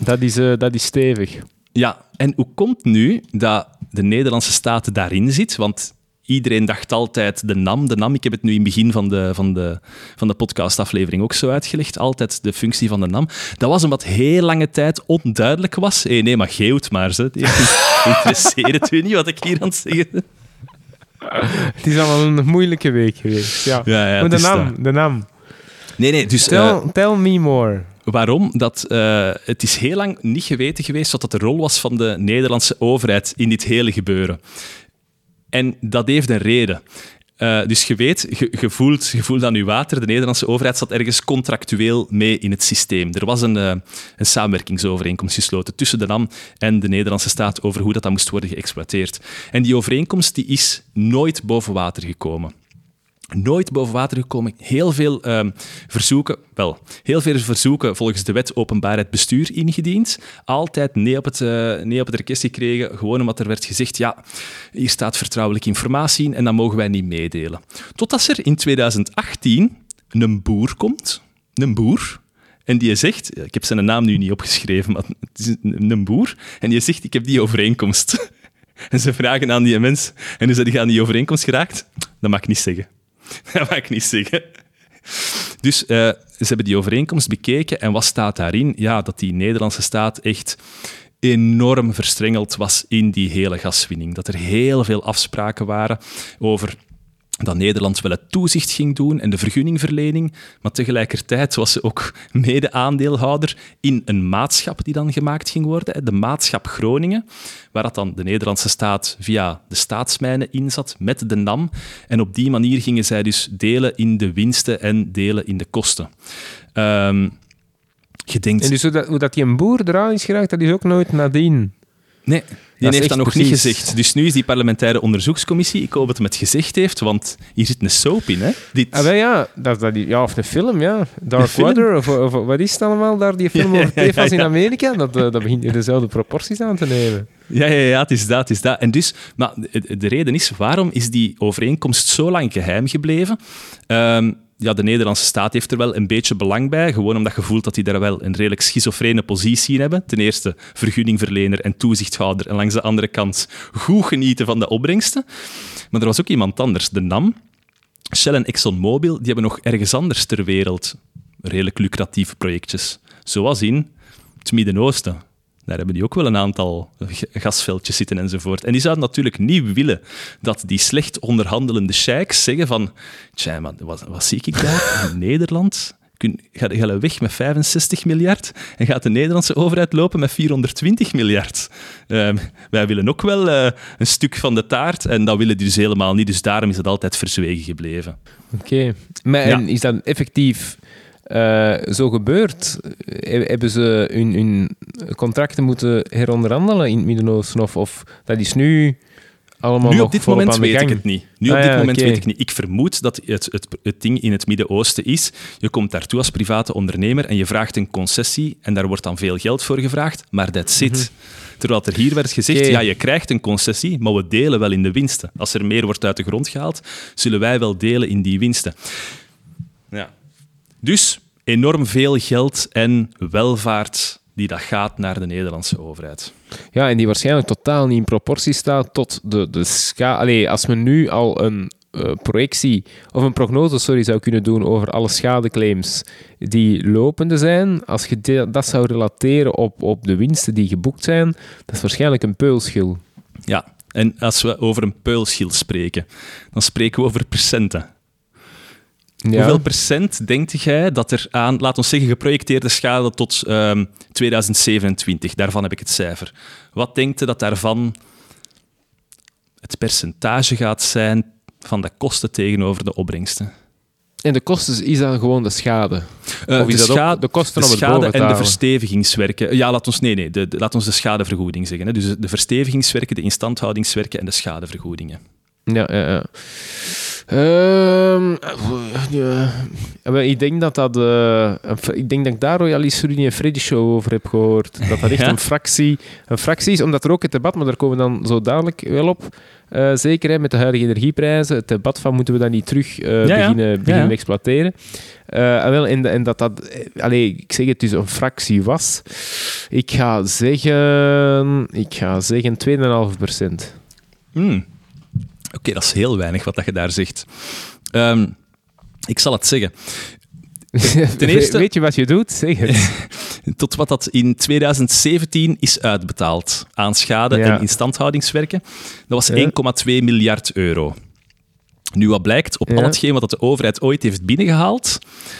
A: Dat is stevig.
B: Ja, en hoe komt nu dat de Nederlandse staat daarin zit? Want iedereen dacht altijd de NAM. Ik heb het nu in het begin van de podcastaflevering ook zo uitgelegd. Altijd de functie van de NAM. Dat was omdat heel lange tijd onduidelijk was. Nee, maar geeuwt maar. Ze. Interesseert het u niet wat ik hier aan het zeggen ben?
A: Het is al een moeilijke week geweest. Ja. Maar de NAM.
B: Nee, dus...
A: Tell me more.
B: Waarom? Het is heel lang niet geweten geweest wat dat de rol was van de Nederlandse overheid in dit hele gebeuren. En dat heeft een reden. Dus je weet, je voelt aan je water, de Nederlandse overheid zat ergens contractueel mee in het systeem. Er was een samenwerkingsovereenkomst gesloten tussen de NAM en de Nederlandse staat over hoe dat moest worden geëxploiteerd. En die overeenkomst die is nooit boven water gekomen. Nooit boven water gekomen. Heel veel verzoeken volgens de wet openbaarheid bestuur ingediend. Altijd nee op het request gekregen, gewoon omdat er werd gezegd, ja, hier staat vertrouwelijke informatie in en dat mogen wij niet meedelen. Totdat er in 2018 een boer komt. Een boer. En die zegt, ik heb zijn naam nu niet opgeschreven, maar het is een boer. En die zegt, ik heb die overeenkomst. En ze vragen aan die mens, en hoe zijn die aan die overeenkomst geraakt? Dat mag ik niet zeggen. Dat mag ik niet zeggen. Dus ze hebben die overeenkomst bekeken en wat staat daarin? Ja, dat die Nederlandse staat echt enorm verstrengeld was in die hele gaswinning. Dat er heel veel afspraken waren over dat Nederland wel het toezicht ging doen en de vergunningverlening, maar tegelijkertijd was ze ook mede-aandeelhouder in een maatschap die dan gemaakt ging worden, de Maatschap Groningen, waar dat dan de Nederlandse staat via de staatsmijnen inzat met de NAM. En op die manier gingen zij dus delen in de winsten en delen in de kosten. Je denkt...
A: En dus hoe dat die een boer eraan is geraakt, dat is ook nooit nadien...
B: Nee, die heeft dat nog niet gezegd. Dus nu is die parlementaire onderzoekscommissie, ik hoop dat hij het gezegd heeft, want hier zit een soap in, hè?
A: Of een film, ja. Dark Water, of wat is het allemaal daar, die film over PFAS in Amerika? Dat begint in dezelfde proporties aan te nemen.
B: Ja, het is dat. En dus, maar de reden is, waarom is die overeenkomst zo lang geheim gebleven? De Nederlandse staat heeft er wel een beetje belang bij, gewoon omdat je voelt dat die daar wel een redelijk schizofrene positie in hebben. Ten eerste vergunningverlener en toezichthouder en langs de andere kant goed genieten van de opbrengsten. Maar er was ook iemand anders, de NAM. Shell en ExxonMobil, die hebben nog ergens anders ter wereld redelijk lucratieve projectjes. Zoals in het Midden-Oosten. Daar hebben die ook wel een aantal gasveldjes zitten enzovoort. En die zouden natuurlijk niet willen dat die slecht onderhandelende sheiks zeggen van... Tja, maar wat zie ik daar in Nederland? Gaan we weg met 65 miljard en gaat de Nederlandse overheid lopen met 420 miljard. Wij willen ook wel een stuk van de taart en dat willen die dus helemaal niet. Dus daarom is het altijd verzwegen gebleven.
A: Oké. Maar en is dat effectief... zo gebeurd? Hebben ze hun contracten moeten heronderhandelen in het Midden-Oosten? Of dat is nu allemaal
B: nu
A: nog
B: op dit
A: volop
B: moment
A: aan de
B: weet
A: gang?
B: ik het niet. Weet ik niet. Ik vermoed dat het ding in het Midden-Oosten is. Je komt daartoe als private ondernemer en je vraagt een concessie en daar wordt dan veel geld voor gevraagd, maar that's it. Terwijl er hier werd gezegd, ja, je krijgt een concessie, maar we delen wel in de winsten. Als er meer wordt uit de grond gehaald, zullen wij wel delen in die winsten. Ja. Dus enorm veel geld en welvaart die dat gaat naar de Nederlandse overheid.
A: Ja, en die waarschijnlijk totaal niet in proportie staat tot de schade. Allee, als men nu al een projectie of een prognose zou kunnen doen over alle schadeclaims die lopende zijn, als je dat zou relateren op de winsten die geboekt zijn, dat is waarschijnlijk een peulschil.
B: Ja, en als we over een peulschil spreken, dan spreken we over procenten. Ja. Hoeveel procent denkt jij dat er aan, laat ons zeggen, geprojecteerde schade tot 2027, daarvan heb ik het cijfer. Wat denkt je dat daarvan het percentage gaat zijn van de kosten tegenover de opbrengsten?
A: En de kosten is dan gewoon de schade?
B: Of is dat ook
A: de kosten
B: de
A: om het
B: schade
A: boven
B: en de verstevigingswerken? Ja, laat ons de schadevergoeding zeggen. Hè. Dus de verstevigingswerken, de instandhoudingswerken en de schadevergoedingen.
A: Ja. Ik denk dat ik daar Royalis Rudy en Freddy show over heb gehoord. Dat echt een fractie is, omdat er ook het debat, maar daar komen we dan zo dadelijk wel op. Zeker hè, met de huidige energieprijzen. Het debat van moeten we dat niet terug beginnen exploiteren. En dat ik zeg het dus een fractie was. Ik ga zeggen 2,5%.
B: Oké, dat is heel weinig wat je daar zegt. Ik zal het zeggen. Ten eerste,
A: weet je wat je doet? Zeg het.
B: Tot wat dat in 2017 is uitbetaald aan schade en instandhoudingswerken. Dat was 1,2 miljard euro. Nu, wat blijkt, op al hetgeen wat de overheid ooit heeft binnengehaald,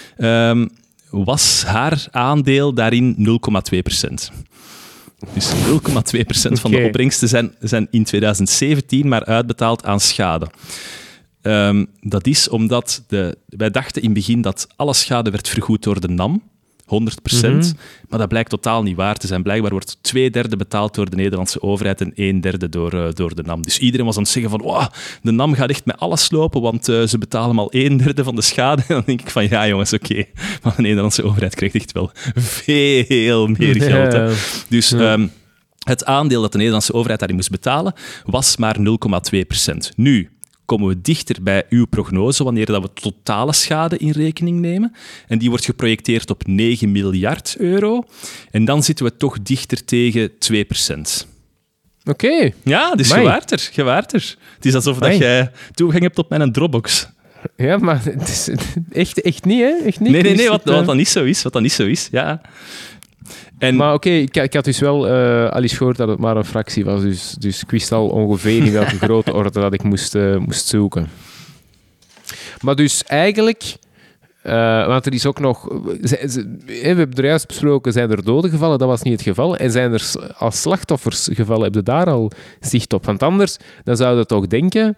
B: was haar aandeel daarin 0,2%. Dus 0,2% van de opbrengsten zijn in 2017 maar uitbetaald aan schade. Dat is omdat wij dachten in het begin dat alle schade werd vergoed door de NAM, 100%, maar dat blijkt totaal niet waar te zijn. Blijkbaar wordt 2/3 betaald door de Nederlandse overheid en 1/3 door de NAM. Dus iedereen was aan het zeggen van wow, de NAM gaat echt met alles lopen, want ze betalen al 1/3 van de schade. En dan denk ik van ja jongens, oké. Maar de Nederlandse overheid krijgt echt wel veel meer geld. Hè. Dus het aandeel dat de Nederlandse overheid daarin moest betalen was maar 0,2%. Nu komen we dichter bij uw prognose wanneer dat we totale schade in rekening nemen. En die wordt geprojecteerd op 9 miljard euro. En dan zitten we toch dichter tegen 2%.
A: Oké.
B: Ja, dus je waart er. Het is alsof dat jij toegang hebt op mijn Dropbox.
A: Ja, maar het is echt niet, hè? Echt niet.
B: Nee, wat dat niet zo is. Ja.
A: Maar oké, ik had dus wel Alice gehoord dat het maar een fractie was, dus ik wist al ongeveer in welke grote orde dat ik moest zoeken. Maar dus eigenlijk, want er is ook nog, we hebben er juist besproken, zijn er doden gevallen? Dat was niet het geval. En zijn er als slachtoffers gevallen? Heb je daar al zicht op? Want anders, dan zou je toch denken,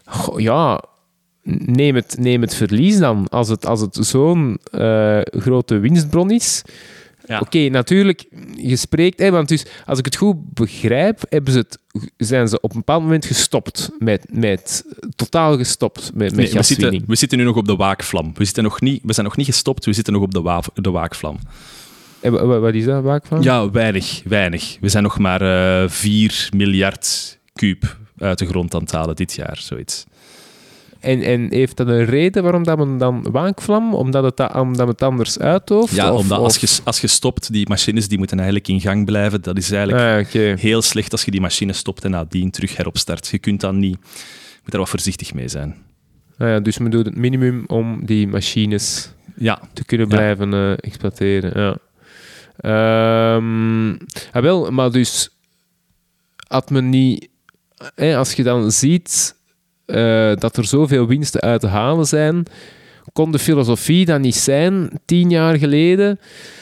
A: neem het verlies dan, als het zo'n grote winstbron is. Ja. Oké, natuurlijk, je spreekt... want dus, als ik het goed begrijp, zijn ze op een bepaald moment gestopt totaal gestopt met gaswinning.
B: We zitten nu nog op de waakvlam. We zijn nog niet gestopt, we zitten nog op de waakvlam.
A: Wat is dat, waakvlam?
B: Ja, weinig. We zijn nog maar 4 miljard kuub uit de grond aan het halen dit jaar, zoiets.
A: En heeft dat een reden waarom dat men dan waakvlam? Omdat het anders uitdooft?
B: Ja, omdat als je stopt, die machines die moeten eigenlijk in gang blijven. Dat is eigenlijk heel slecht als je die machine stopt en nadien terug heropstart. Je kunt dat niet. Je moet daar wat voorzichtig mee zijn.
A: Dus men doet het minimum om die machines te kunnen blijven exploiteren. Ja. Wel, maar dus had men niet... als je dan ziet... dat er zoveel winsten uit te halen zijn, kon de filosofie dan niet zijn, 10 jaar geleden,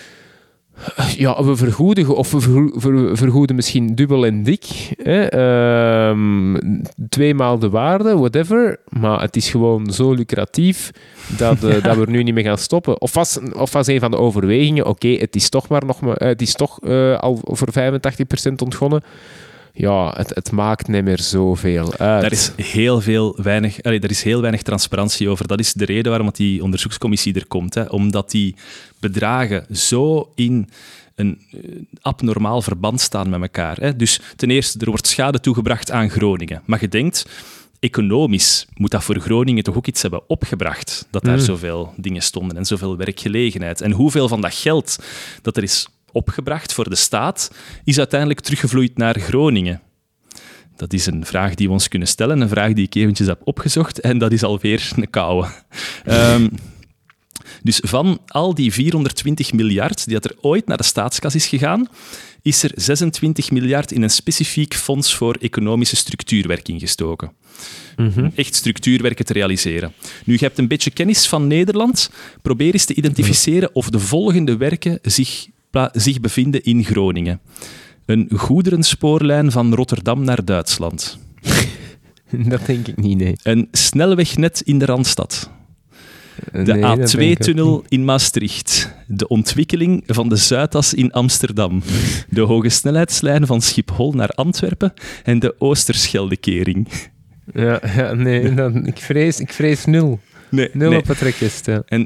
A: we vergoeden, of we vergoeden misschien dubbel en dik, 2 maal de waarde, whatever, maar het is gewoon zo lucratief dat we er nu niet mee gaan stoppen. Of was een van de overwegingen, het is toch al voor 85% ontgonnen. Ja, het maakt niet meer zoveel uit.
B: Er is heel weinig transparantie over. Dat is de reden waarom die onderzoekscommissie er komt. Hè. Omdat die bedragen zo in een abnormaal verband staan met elkaar. Hè. Dus ten eerste, er wordt schade toegebracht aan Groningen. Maar je denkt, economisch moet dat voor Groningen toch ook iets hebben opgebracht. Dat daar zoveel dingen stonden en zoveel werkgelegenheid. En hoeveel van dat geld dat er is opgebracht voor de staat, is uiteindelijk teruggevloeid naar Groningen? Dat is een vraag die we ons kunnen stellen, een vraag die ik eventjes heb opgezocht, en dat is alweer een koude. Dus van al die 420 miljard die er ooit naar de staatskas is gegaan, is er 26 miljard in een specifiek fonds voor economische structuurwerking gestoken. Echt structuurwerken te realiseren. Nu, je hebt een beetje kennis van Nederland. Probeer eens te identificeren of de volgende werken zich bevinden in Groningen. Een goederenspoorlijn van Rotterdam naar Duitsland.
A: Dat denk ik niet, nee.
B: Een snelwegnet in de Randstad. De A2-tunnel in Maastricht. De ontwikkeling van de Zuidas in Amsterdam. De hogesnelheidslijn van Schiphol naar Antwerpen en de Oosterscheldekering.
A: Nee, ik vrees nul. Nul op het register.
B: En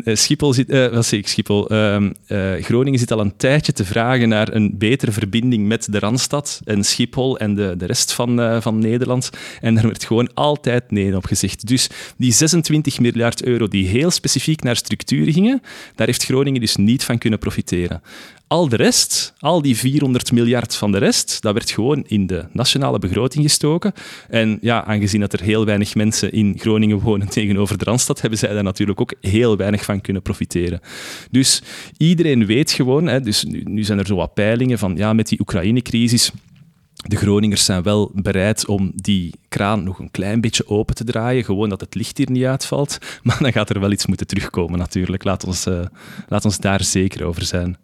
B: Groningen zit al een tijdje te vragen naar een betere verbinding met de Randstad en Schiphol en de rest van Nederland. En daar werd gewoon altijd nee op gezegd. Dus die 26 miljard euro die heel specifiek naar structuren gingen, daar heeft Groningen dus niet van kunnen profiteren. Al de rest, al die 400 miljard van de rest, dat werd gewoon in de nationale begroting gestoken. En ja, aangezien dat er heel weinig mensen in Groningen wonen tegenover de Randstad, hebben zij daar natuurlijk ook heel weinig van kunnen profiteren. Dus iedereen weet gewoon, hè, dus nu zijn er zo wat peilingen van, ja, met die Oekraïne-crisis, de Groningers zijn wel bereid om die kraan nog een klein beetje open te draaien, gewoon dat het licht hier niet uitvalt. Maar dan gaat er wel iets moeten terugkomen natuurlijk. Laat ons daar zeker over zijn.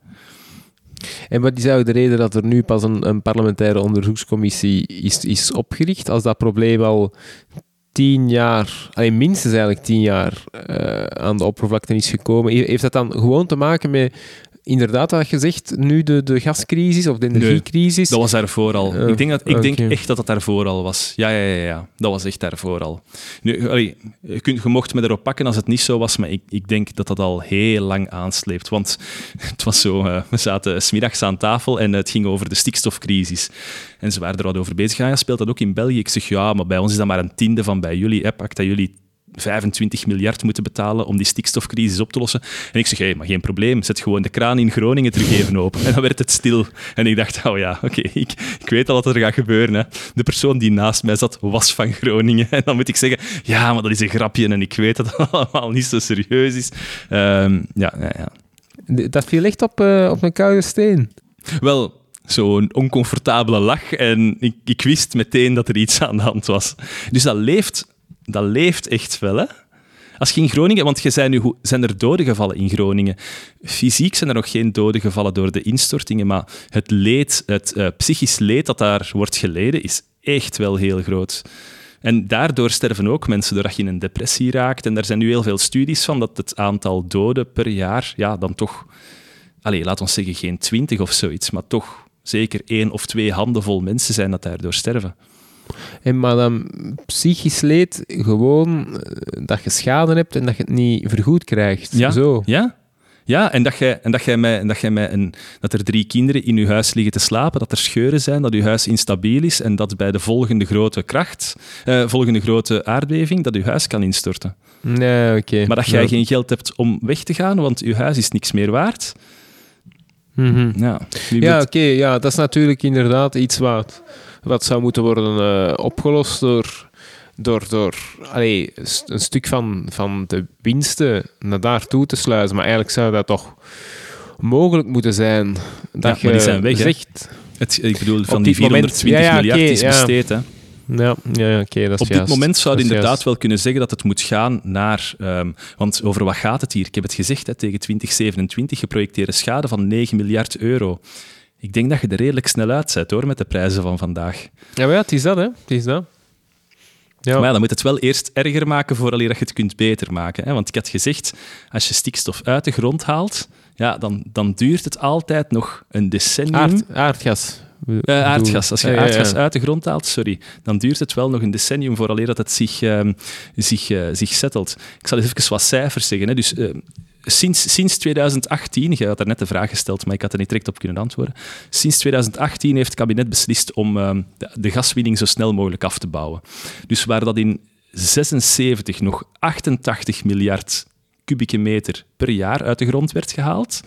A: En wat is de reden dat er nu pas een parlementaire onderzoekscommissie is opgericht, als dat probleem al 10 jaar, minstens eigenlijk 10 jaar aan de oppervlakte is gekomen? Heeft dat dan gewoon te maken met, inderdaad, wat je zegt, nu de gascrisis of de energiecrisis?
B: Nee, dat was daarvoor al. Ik denk echt dat daarvoor al was. Ja. Dat was echt daarvoor al. Nu, je mocht me erop pakken als het niet zo was, maar ik denk dat dat al heel lang aansleept. Want het was zo, we zaten 's middags aan tafel en het ging over de stikstofcrisis. En ze waren er wat over bezig. Ja, speelt dat ook in België? Ik zeg, ja, maar bij ons is dat maar een tiende van bij jullie. Pak dat jullie 25 miljard moeten betalen om die stikstofcrisis op te lossen. En ik zeg, maar geen probleem, zet gewoon de kraan in Groningen terug even open. En dan werd het stil. En ik dacht, ik weet al wat er gaat gebeuren. Hè. De persoon die naast mij zat, was van Groningen. En dan moet ik zeggen, ja, maar dat is een grapje en ik weet dat het allemaal niet zo serieus is. Ja.
A: Dat viel echt op een koude steen.
B: Wel, zo'n oncomfortabele lach. En ik wist meteen dat er iets aan de hand was. Dus dat leeft echt wel, hè? Als je in Groningen... Want je zei nu, zijn er doden gevallen in Groningen? Fysiek zijn er nog geen doden gevallen door de instortingen, maar het leed, het psychisch leed dat daar wordt geleden, is echt wel heel groot. En daardoor sterven ook mensen, doordat je in een depressie raakt. En daar zijn nu heel veel studies van, dat het aantal doden per jaar, ja, dan toch... laat ons zeggen, geen 20 of zoiets, maar toch zeker 1 of 2 handenvol mensen zijn dat daardoor sterven.
A: Maar dan psychisch leed, gewoon dat je schade hebt en dat je het niet vergoed krijgt.
B: Ja,
A: zo.
B: Ja, en dat er 3 kinderen in je huis liggen te slapen, dat er scheuren zijn, dat je huis instabiel is en dat bij de volgende grote aardbeving, dat je huis kan instorten.
A: Nee, oké.
B: Maar dat jij geen geld hebt om weg te gaan, want je huis is niks meer waard.
A: Mm-hmm. Ja, dat is natuurlijk inderdaad iets wat zou moeten worden opgelost door een stuk van de winsten naar daartoe te sluizen. Maar eigenlijk zou dat toch mogelijk moeten zijn. Dat
B: maar die zijn weg, zegt... Ik bedoel, van die 420 miljard is besteed, hè.
A: Ja, oké, dat is
B: Op dit
A: juist.
B: moment zou je inderdaad wel kunnen zeggen dat het moet gaan naar... want over wat gaat het hier? Ik heb het gezegd, hè, tegen 2027 geprojecteerde schade van 9 miljard euro. Ik denk dat je er redelijk snel uit bent, hoor, met de prijzen van vandaag.
A: Ja, maar het is dat, hè. Het is dat. Ja.
B: Maar ja, dan moet het wel eerst erger maken voordat je het kunt beter maken. Hè? Want ik had gezegd, als je stikstof uit de grond haalt, ja, dan duurt het altijd nog een decennium...
A: Aardgas.
B: Aardgas. Als je aardgas uit de grond haalt, dan duurt het wel nog een decennium vooraleer dat het zich settelt. Ik zal eens even wat cijfers zeggen. Hè. Dus sinds 2018, je had daar net de vraag gesteld, maar ik had er niet direct op kunnen antwoorden. Sinds 2018 heeft het kabinet beslist om de gaswinning zo snel mogelijk af te bouwen. Dus waar dat in 76 nog 88 miljard kubieke meter per jaar uit de grond werd gehaald...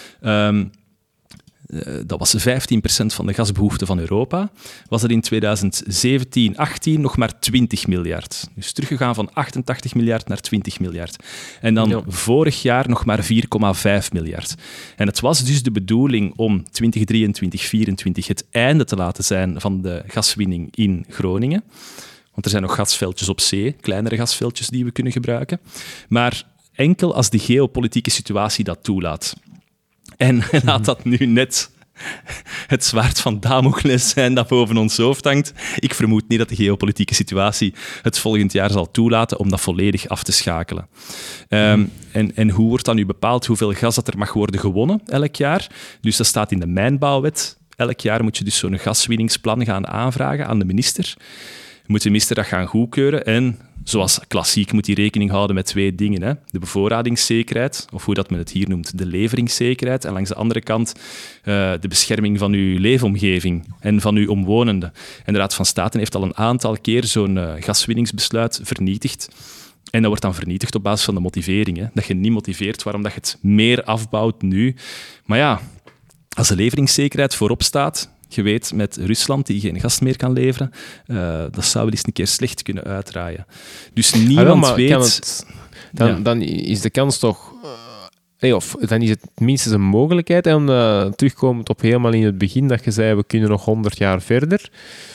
B: dat was 15% van de gasbehoefte van Europa, was er in 2017-18 nog maar 20 miljard. Dus teruggegaan van 88 miljard naar 20 miljard. En dan vorig jaar nog maar 4,5 miljard. En het was dus de bedoeling om 2023, 2024 het einde te laten zijn van de gaswinning in Groningen. Want er zijn nog gasveldjes op zee, kleinere gasveldjes die we kunnen gebruiken. Maar enkel als de geopolitieke situatie dat toelaat. En laat dat nu net het zwaard van Damocles zijn dat boven ons hoofd hangt. Ik vermoed niet dat de geopolitieke situatie het volgend jaar zal toelaten om dat volledig af te schakelen. En hoe wordt dan nu bepaald hoeveel gas dat er mag worden gewonnen elk jaar? Dus dat staat in de mijnbouwwet. Elk jaar moet je dus zo'n gaswinningsplan gaan aanvragen aan de minister. moet de minister dat gaan goedkeuren en, zoals klassiek, moet hij rekening houden met 2 dingen. Hè. De bevoorradingszekerheid, of hoe dat men het hier noemt, de leveringszekerheid. En langs de andere kant de bescherming van uw leefomgeving en van uw omwonenden. En de Raad van State heeft al een aantal keer zo'n gaswinningsbesluit vernietigd. En dat wordt dan vernietigd op basis van de motivering. Hè. Dat je niet motiveert waarom dat je het meer afbouwt nu. Maar ja, als de leveringszekerheid voorop staat, je weet met Rusland die geen gas meer kan leveren, dat zou wel eens een keer slecht kunnen uitdraaien. Dus niemand weet...
A: Dan is de kans toch... of dan is het minstens een mogelijkheid, om terugkomend op helemaal in het begin, dat je zei, we kunnen nog 100 jaar verder.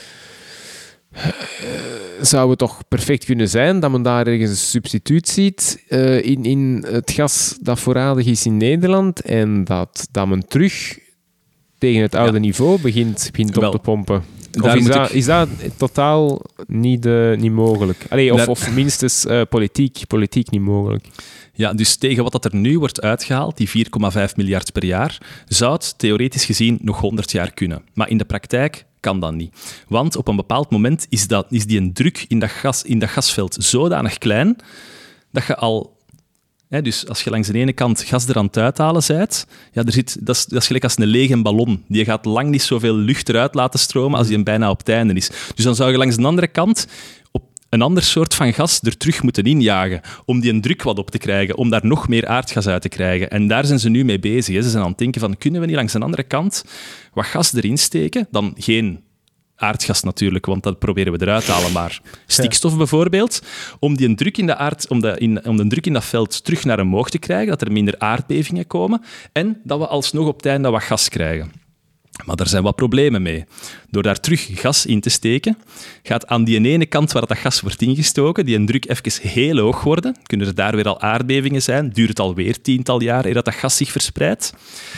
A: Zou het toch perfect kunnen zijn dat men daar ergens een substituut ziet in het gas dat voorradig is in Nederland en dat men terug tegen het oude niveau begint op te pompen? Of is dat totaal niet mogelijk? Of minstens politiek niet mogelijk?
B: Ja, dus tegen wat dat er nu wordt uitgehaald, die 4,5 miljard per jaar, zou het theoretisch gezien nog 100 jaar kunnen. Maar in de praktijk kan dat niet. Want op een bepaald moment is die een druk in dat gasveld zodanig klein, dat je al... Dus als je langs de ene kant gas er aan het uithalen bent, dat is gelijk als een lege ballon. Die gaat lang niet zoveel lucht eruit laten stromen als die bijna op het einde is. Dus dan zou je langs de andere kant op een ander soort van gas er terug moeten injagen om die een druk wat op te krijgen, om daar nog meer aardgas uit te krijgen. En daar zijn ze nu mee bezig. Hè. Ze zijn aan het denken van, kunnen we niet langs de andere kant wat gas erin steken? Dan geen aardgas natuurlijk, want dat proberen we eruit te halen, maar stikstof bijvoorbeeld, om die druk in de druk in dat veld terug naar omhoog te krijgen, dat er minder aardbevingen komen en dat we alsnog op het einde wat gas krijgen. Maar daar zijn wat problemen mee. Door daar terug gas in te steken, gaat aan die ene kant waar dat gas wordt ingestoken, die een druk even heel hoog worden, kunnen er daar weer al aardbevingen zijn, duurt het alweer 10-tal jaar eer dat gas zich verspreidt.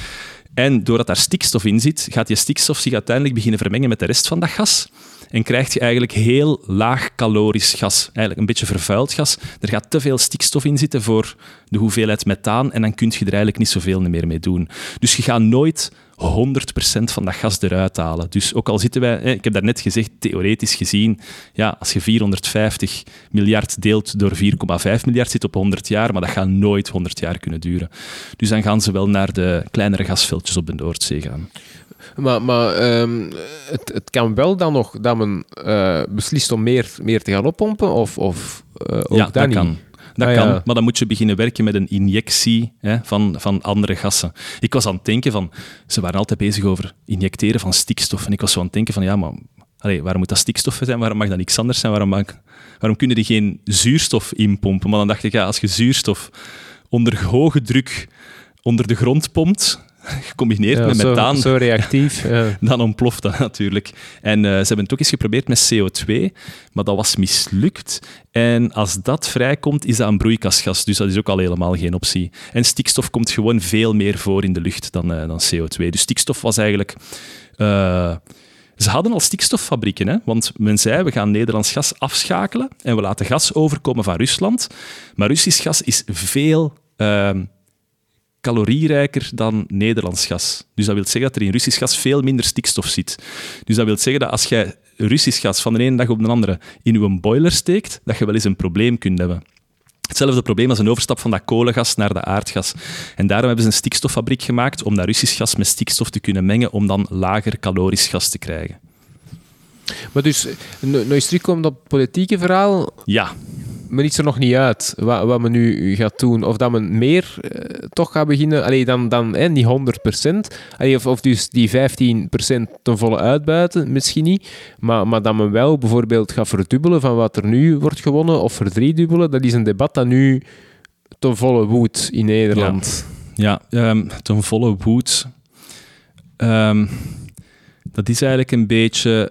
B: En doordat daar stikstof in zit, gaat die stikstof zich uiteindelijk beginnen vermengen met de rest van dat gas. En krijg je eigenlijk heel laag calorisch gas. Eigenlijk een beetje vervuild gas. Er gaat te veel stikstof in zitten voor de hoeveelheid methaan en dan kun je er eigenlijk niet zoveel meer mee doen. Dus je gaat nooit 100% van dat gas eruit halen. Dus ook al zitten wij... Ik heb daarnet gezegd, theoretisch gezien, ja, als je 450 miljard deelt door 4,5 miljard, zit op 100 jaar, maar dat gaat nooit 100 jaar kunnen duren. Dus dan gaan ze wel naar de kleinere gasveldjes op de Noordzee gaan.
A: Maar het kan wel dan nog dat men beslist om meer te gaan oppompen, of ook
B: ja,
A: dat niet?
B: Kan. Dat kan, maar dan moet je beginnen werken met een injectie van andere gassen. Ik was aan het denken van... Ze waren altijd bezig over injecteren van stikstof. En ik was zo aan het denken van... Ja, maar waarom moet dat stikstof zijn? Waarom mag dat niks anders zijn? Waarom kunnen die geen zuurstof inpompen? Maar dan dacht ik, ja, als je zuurstof onder hoge druk onder de grond pompt... gecombineerd met methaan,
A: zo reactief.
B: Dan ontploft dat natuurlijk. En ze hebben het ook eens geprobeerd met CO2, maar dat was mislukt. En als dat vrijkomt, is dat een broeikasgas, dus dat is ook al helemaal geen optie. En stikstof komt gewoon veel meer voor in de lucht dan CO2. Dus stikstof was eigenlijk... Ze hadden al stikstoffabrieken, hè? Want men zei, we gaan Nederlands gas afschakelen en we laten gas overkomen van Rusland. Maar Russisch gas is veel... calorierijker dan Nederlands gas. Dus dat wil zeggen dat er in Russisch gas veel minder stikstof zit. Dus dat wil zeggen dat als jij Russisch gas van de ene dag op de andere in je boiler steekt, dat je wel eens een probleem kunt hebben. Hetzelfde probleem als een overstap van dat kolengas naar de aardgas. En daarom hebben ze een stikstoffabriek gemaakt om dat Russisch gas met stikstof te kunnen mengen om dan lager calorisch gas te krijgen.
A: Maar dus, nog eens terugkomen op het politieke verhaal...
B: Ja.
A: Men is er nog niet uit wat men nu gaat doen. Of dat men meer toch gaat beginnen... dan niet 100%. Of dus die 15% ten volle uitbuiten, misschien niet. Maar dat men wel bijvoorbeeld gaat verdubbelen van wat er nu wordt gewonnen, of verdriedubbelen. Dat is een debat dat nu ten volle woedt in Nederland.
B: Ja, ten volle woedt. Dat is eigenlijk een beetje...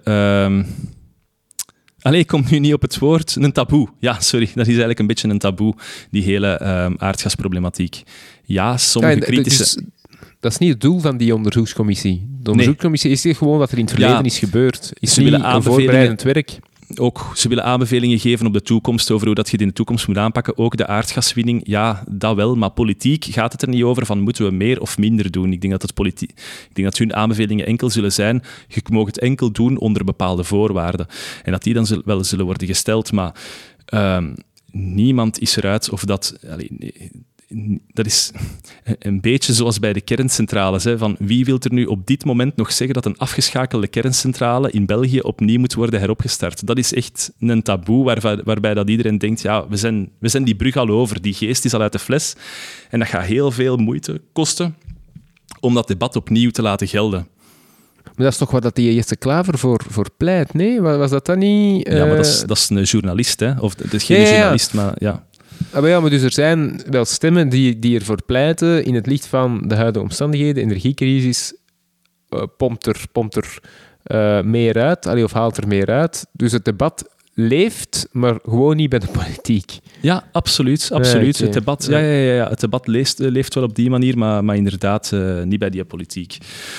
B: ik kom nu niet op het woord. Een taboe. Ja, sorry. Dat is eigenlijk een beetje een taboe, die hele aardgasproblematiek. Ja, sommige kritische...
A: Dat is niet het doel van die onderzoekscommissie. De onderzoekscommissie is gewoon wat er in het verleden is gebeurd. Is niet een voorbereidend werk.
B: Ook, ze willen aanbevelingen geven op de toekomst over hoe dat je het in de toekomst moet aanpakken. Ook de aardgaswinning, ja, dat wel. Maar politiek gaat het er niet over van moeten we meer of minder doen. Ik denk dat hun aanbevelingen enkel zullen zijn. Je mag het enkel doen onder bepaalde voorwaarden. En dat die dan wel zullen worden gesteld. Maar niemand is eruit of dat... Dat is een beetje zoals bij de kerncentrales. Hè, van wie wil er nu op dit moment nog zeggen dat een afgeschakelde kerncentrale in België opnieuw moet worden heropgestart? Dat is echt een taboe waarbij dat iedereen denkt, ja, we zijn die brug al over, die geest is al uit de fles. En dat gaat heel veel moeite kosten om dat debat opnieuw te laten gelden.
A: Maar dat is toch wat dat die Jesse Klaver voor pleit, nee? Was dat dan niet...
B: Ja, maar dat is een journalist, hè? Of dat is geen journalist, maar ja...
A: Maar dus er zijn wel stemmen die ervoor pleiten in het licht van de huidige omstandigheden, de energiecrisis, pompt er meer uit, of haalt er meer uit. Dus het debat leeft, maar gewoon niet bij de politiek.
B: Ja, absoluut.
A: Okay.
B: Het debat, het debat leeft wel op die manier, maar inderdaad niet bij die politiek.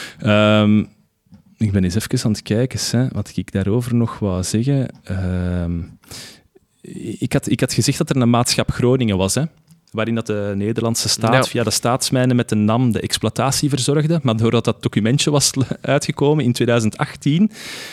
B: Ik ben eens even aan het kijken, wat ik daarover nog wou zeggen. Ik had gezegd dat er een maatschap Groningen was, hè, waarin dat de Nederlandse staat via de staatsmijnen met de NAM de exploitatie verzorgde. Maar doordat dat documentje was uitgekomen in 2018,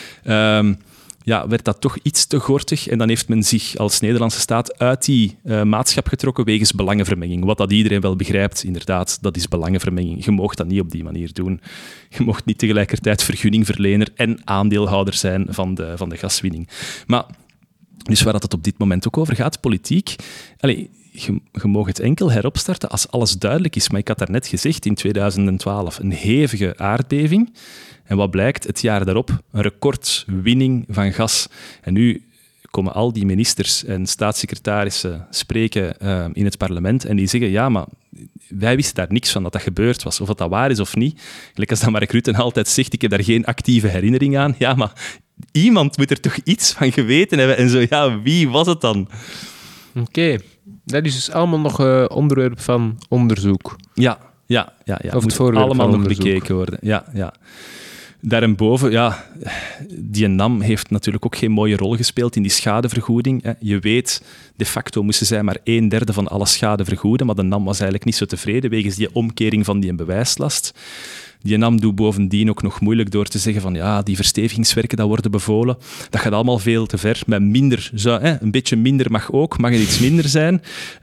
B: werd dat toch iets te gortig. En dan heeft men zich als Nederlandse staat uit die maatschap getrokken wegens belangenvermenging. Wat dat iedereen wel begrijpt, inderdaad, dat is belangenvermenging. Je mag dat niet op die manier doen. Je mag niet tegelijkertijd vergunningverlener en aandeelhouder zijn van de gaswinning. Maar... Dus waar dat het op dit moment ook over gaat, politiek... Je mag het enkel heropstarten als alles duidelijk is. Maar ik had daarnet gezegd, in 2012, een hevige aardbeving. En wat blijkt? Het jaar daarop een recordwinning van gas. En nu komen al die ministers en staatssecretarissen spreken in het parlement en die zeggen, ja, maar wij wisten daar niks van dat gebeurd was. Of dat waar is of niet. Gelijk als dat Mark Rutte altijd zegt, ik heb daar geen actieve herinnering aan. Ja, maar... Iemand moet er toch iets van geweten hebben. En zo, ja, wie was het dan?
A: Oké. Dat is dus allemaal nog onderwerp van onderzoek.
B: Ja.
A: Of
B: moet allemaal nog bekeken worden. Ja. Daarboven, die NAM heeft natuurlijk ook geen mooie rol gespeeld in die schadevergoeding. Je weet, de facto moesten zij maar 1/3 van alle schade vergoeden, maar de NAM was eigenlijk niet zo tevreden wegens die omkering van die bewijslast. Die NAM doet bovendien ook nog moeilijk door te zeggen van die verstevigingswerken dat worden bevolen, dat gaat allemaal veel te ver. Met minder, een beetje minder mag het iets minder zijn.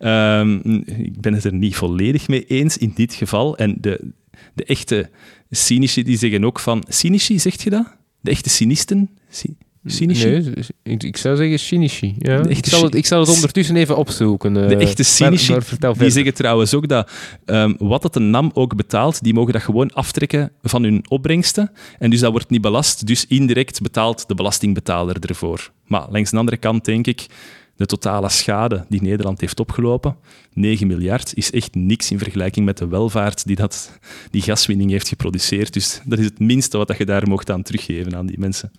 B: Ik ben het er niet volledig mee eens in dit geval. En de echte cynici die zeggen ook van... Cynici, zegt je dat? De echte cynisten? Cynici?
A: Nee, ik zou zeggen cynici. Ja. Ik zal het ondertussen even opzoeken.
B: De echte cynici, die zeggen trouwens ook dat wat het een NAM ook betaalt, die mogen dat gewoon aftrekken van hun opbrengsten. En dus dat wordt niet belast, dus indirect betaalt de belastingbetaler ervoor. Maar langs de andere kant denk ik, de totale schade die Nederland heeft opgelopen, 9 miljard, is echt niks in vergelijking met de welvaart die gaswinning heeft geproduceerd. Dus dat is het minste wat je daar mocht aan teruggeven aan die mensen.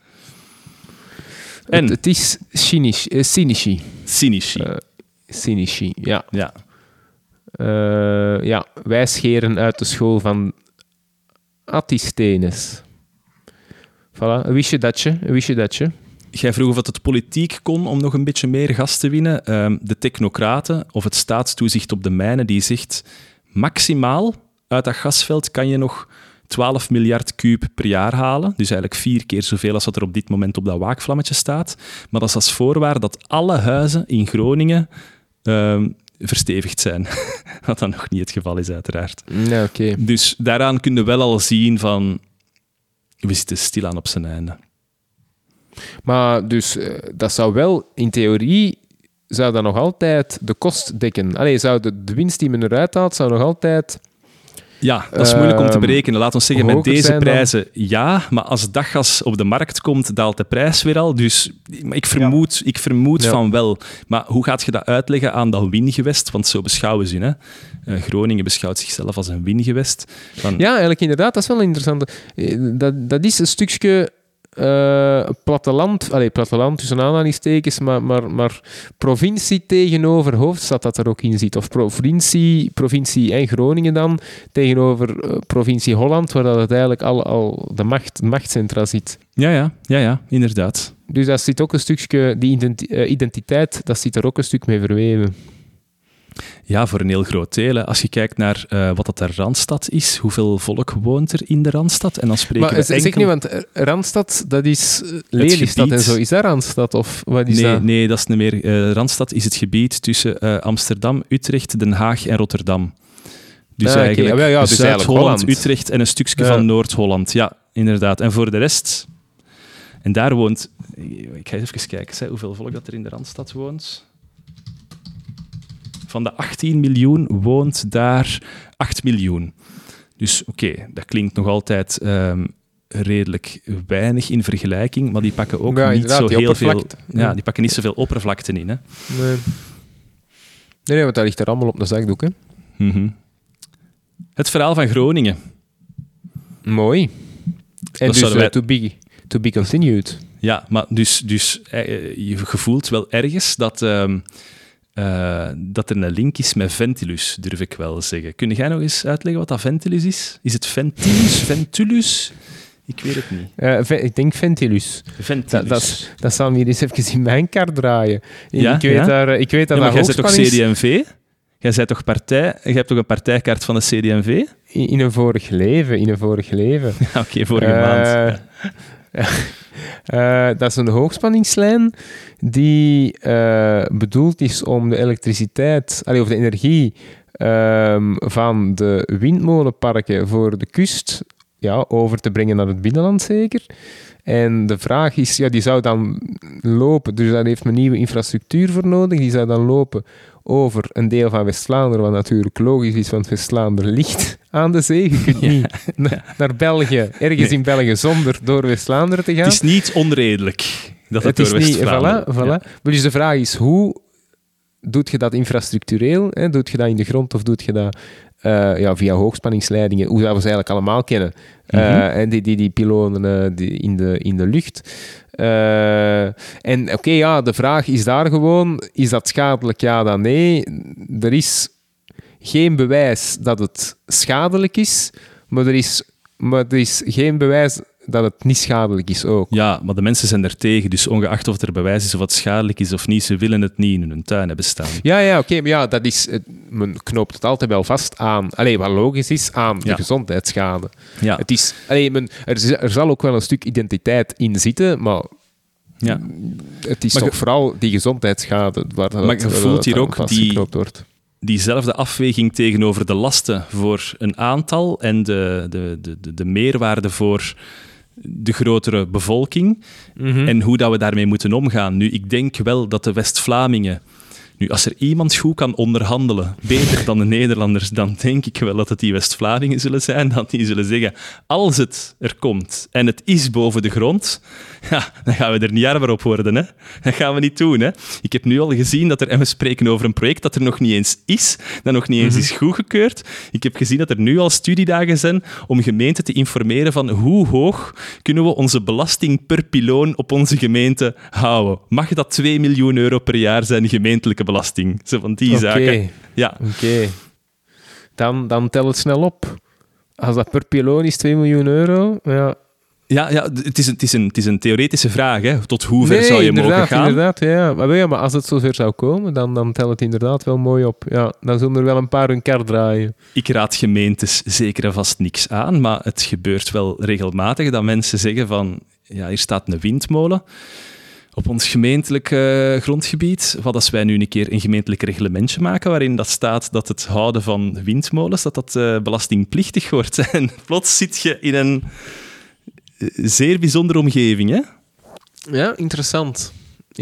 B: En
A: het is cynici. Cynici, ja. Wij scheren uit de school van Antisthenes. Voilà, wist je datje?
B: Jij vroeg of het politiek kon om nog een beetje meer gas te winnen. De technocraten of het staatstoezicht op de mijnen die zegt maximaal uit dat gasveld kan je nog 12 miljard kuub per jaar halen. Dus eigenlijk 4 keer zoveel als wat er op dit moment op dat waakvlammetje staat. Maar dat is als voorwaarde dat alle huizen in Groningen verstevigd zijn. Wat dan nog niet het geval is, uiteraard.
A: Ja, okay.
B: Dus daaraan kun je wel al zien van... We zitten stilaan op zijn einde.
A: Maar dus, dat zou wel, in theorie, zou dat nog altijd de kost dekken. Zou de winst die men eruit haalt, zou nog altijd...
B: Ja, dat is moeilijk om te berekenen. Laat ons zeggen, met deze prijzen
A: dan...
B: maar als dat gas op de markt komt, daalt de prijs weer al. Dus ik vermoed van wel. Maar hoe gaat je dat uitleggen aan dat wingewest? Want zo beschouwen ze hè. Groningen beschouwt zichzelf als een wingewest.
A: Ja, eigenlijk inderdaad, dat is wel interessant. Dat is een stukje platteland tussen aanhalingstekens, maar provincie tegenover hoofdstad dat er ook in zit. Of provincie en Groningen dan tegenover provincie Holland, waar dat het eigenlijk al de machtscentra zit.
B: Ja, inderdaad.
A: Dus dat zit ook een stukje, die identiteit, dat zit er ook een stuk mee verweven.
B: Ja, voor een heel groot deel. Hè. Als je kijkt naar wat dat de Randstad is, hoeveel volk woont er in de Randstad? En dan spreken we
A: zeg niet, want Randstad, dat is Lelystad en zo. Is dat Randstad? Of wat is dat?
B: Nee, dat is niet meer. Randstad is het gebied tussen Amsterdam, Utrecht, Den Haag en Rotterdam. Dus eigenlijk
A: dus
B: Zuid-Holland, Utrecht en een stukje van Noord-Holland. Ja, inderdaad. En voor de rest... En daar woont... Ik ga even kijken, hoeveel volk dat er in de Randstad woont... Van de 18 miljoen woont daar 8 miljoen. Dus oké, dat klinkt nog altijd redelijk weinig in vergelijking, maar die pakken ook niet zo heel veel... Ja, die pakken niet zoveel oppervlakte in. Hè.
A: Nee, want dat ligt er allemaal op de zakdoek. Hè.
B: Mm-hmm. Het verhaal van Groningen.
A: Mooi. En dat dus to be continued.
B: Ja, maar dus je voelt wel ergens dat er een link is met Ventilus, durf ik wel zeggen. Kun jij nog eens uitleggen wat dat Ventilus is? Is het Ventulus? Ik weet het niet.
A: Ik denk Ventilus. Dat zal hier eens even in mijn kaart draaien.
B: Ja,
A: ik weet dat
B: maar jij bent toch
A: is...
B: CD&V? Jij bent toch partij? Je hebt toch een partijkaart van de CD&V?
A: In een vorig leven.
B: Ja, oké, vorige maand.
A: Dat is een hoogspanningslijn die bedoeld is om de elektriciteit, of de energie van de windmolenparken voor de kust over te brengen naar het binnenland zeker. En de vraag is, die zou dan lopen, dus daar heeft men nieuwe infrastructuur voor nodig, die zou dan lopen over een deel van West-Vlaanderen, wat natuurlijk logisch is, want West-Vlaanderen ligt aan de zee. Je kunt niet naar België, ergens in België, zonder door West-Vlaanderen te gaan.
B: Het is niet onredelijk dat het door West-Vlaanderen...
A: Voilà. Ja. Maar dus de vraag is, hoe doet je dat infrastructureel? Hè? Doet je dat in de grond of doet je dat via hoogspanningsleidingen, hoe dat we ze eigenlijk allemaal kennen? En die pylonen in de lucht. En de vraag is daar gewoon, is dat schadelijk? Ja, dan nee. Er is geen bewijs dat het schadelijk is, maar er is geen bewijs dat het niet schadelijk is ook.
B: Ja, maar de mensen zijn er tegen, dus ongeacht of er bewijs is of het schadelijk is of niet, ze willen het niet in hun tuin hebben staan.
A: Maar dat is... Men knoopt het altijd wel vast aan... wat logisch is, aan de gezondheidsschade. Ja. Het is... er zal ook wel een stuk identiteit in zitten, maar... Ja. Het is toch vooral die gezondheidsschade waar
B: je voelt hier ook
A: wordt.
B: Diezelfde afweging tegenover de lasten voor een aantal en de meerwaarde voor de grotere bevolking en hoe dat we daarmee moeten omgaan. Nu, ik denk wel dat de West-Vlamingen... Nu, als er iemand goed kan onderhandelen, beter dan de Nederlanders, dan denk ik wel dat het die West-Vlamingen zullen zijn, dat die zullen zeggen, als het er komt en het is boven de grond, dan gaan we er niet armer op worden. Hè? Dat gaan we niet doen. Hè? Ik heb nu al gezien dat we spreken over een project dat er nog niet eens is, dat nog niet eens is goedgekeurd. Ik heb gezien dat er nu al studiedagen zijn om gemeenten te informeren van hoe hoog kunnen we onze belasting per pyloon op onze gemeente houden. Mag dat 2 miljoen euro per jaar zijn, gemeentelijke belasting? Zo van die zaken. Ja.
A: Oké. Dan tel het snel op. Als dat per pyloon is 2 miljoen euro, ja...
B: Ja, het is een theoretische vraag. Hè. Tot hoe ver zou je mogen gaan?
A: Inderdaad, ja. Maar als het zover zou komen, dan tel het inderdaad wel mooi op. Ja, dan zullen er wel een paar hun kar draaien.
B: Ik raad gemeentes zeker en vast niks aan, maar het gebeurt wel regelmatig dat mensen zeggen van, hier staat een windmolen op ons gemeentelijk grondgebied. Wat als wij nu een keer een gemeentelijk reglementje maken waarin dat staat dat het houden van windmolens, dat belastingplichtig wordt. En plots zit je in een zeer bijzondere omgeving, hè?
A: Ja, interessant.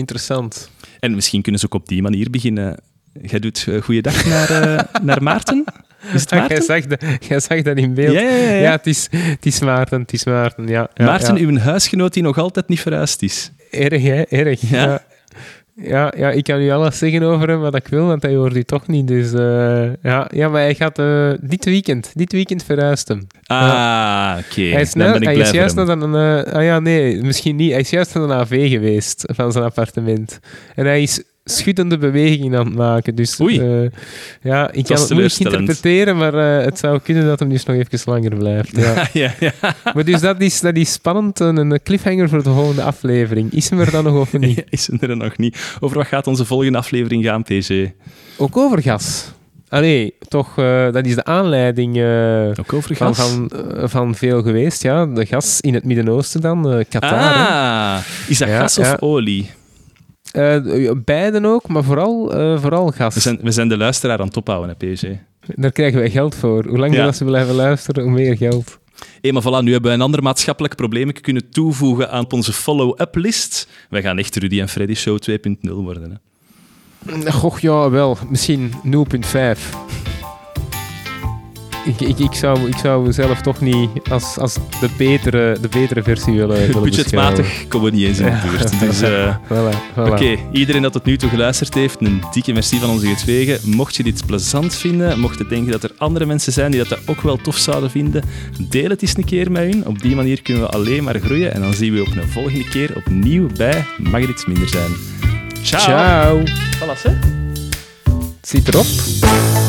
B: En misschien kunnen ze ook op die manier beginnen. Jij doet goeiedag naar Maarten? Is het Maarten?
A: Jij zag dat in beeld. Ja, het is Maarten. Ja,
B: Maarten, uw huisgenoot die nog altijd niet verhuisd is.
A: Erg, hè? Erg. Ja. Ja, ik kan u alles zeggen over hem wat ik wil, want hij hoort u toch niet. Dus maar hij gaat dit weekend verhuist hem.
B: Oké.
A: Hij is,
B: Dan ben ik
A: hij
B: blij
A: is
B: voor
A: juist
B: hem.
A: naar nee, misschien niet. Hij is juist naar een AV geweest van zijn appartement. En hij is schuddende bewegingen aan het maken. Dus
B: Oei.
A: ik kan
B: Dat is
A: het moeilijk
B: teleurstellend.
A: interpreteren, maar het zou kunnen dat hem dus nog even langer blijft. Ja.
B: ja.
A: Maar dus dat is spannend. Een cliffhanger voor de volgende aflevering. Is hem er dan nog of niet?
B: Is er nog niet. Over wat gaat onze volgende aflevering gaan, PG?
A: Ook over gas. Allee, toch, dat is de aanleiding
B: Ook over gas?
A: van veel geweest. Ja, de gas in het Midden-Oosten dan, Qatar. Hè.
B: Is dat gas of olie?
A: Beiden ook, maar vooral gas.
B: We zijn de luisteraar aan het ophouden, hè, PG.
A: Daar krijgen wij geld voor. Hoe langer dat ze blijven luisteren, hoe meer geld.
B: Maar voilà, nu hebben we een ander maatschappelijk probleem kunnen toevoegen aan onze follow-up-list. Wij gaan echt Rudy en Freddy Show 2.0 worden. Hè.
A: Goh, ja, wel. Misschien 0.5. Ik zou mezelf toch niet als de betere versie willen
B: Budgetmatig komen we niet eens in de buurt. Dus,
A: voilà.
B: Oké, iedereen dat tot nu toe geluisterd heeft, een dikke merci van onze getwegen. Mocht je dit plezant vinden, mocht je denken dat er andere mensen zijn die dat ook wel tof zouden vinden, deel het eens een keer met hun. Op die manier kunnen we alleen maar groeien en dan zien we je op een volgende keer opnieuw bij Mag er iets minder zijn. Ciao!
A: Ciao!
B: Voilà, hè?
A: Het zit erop.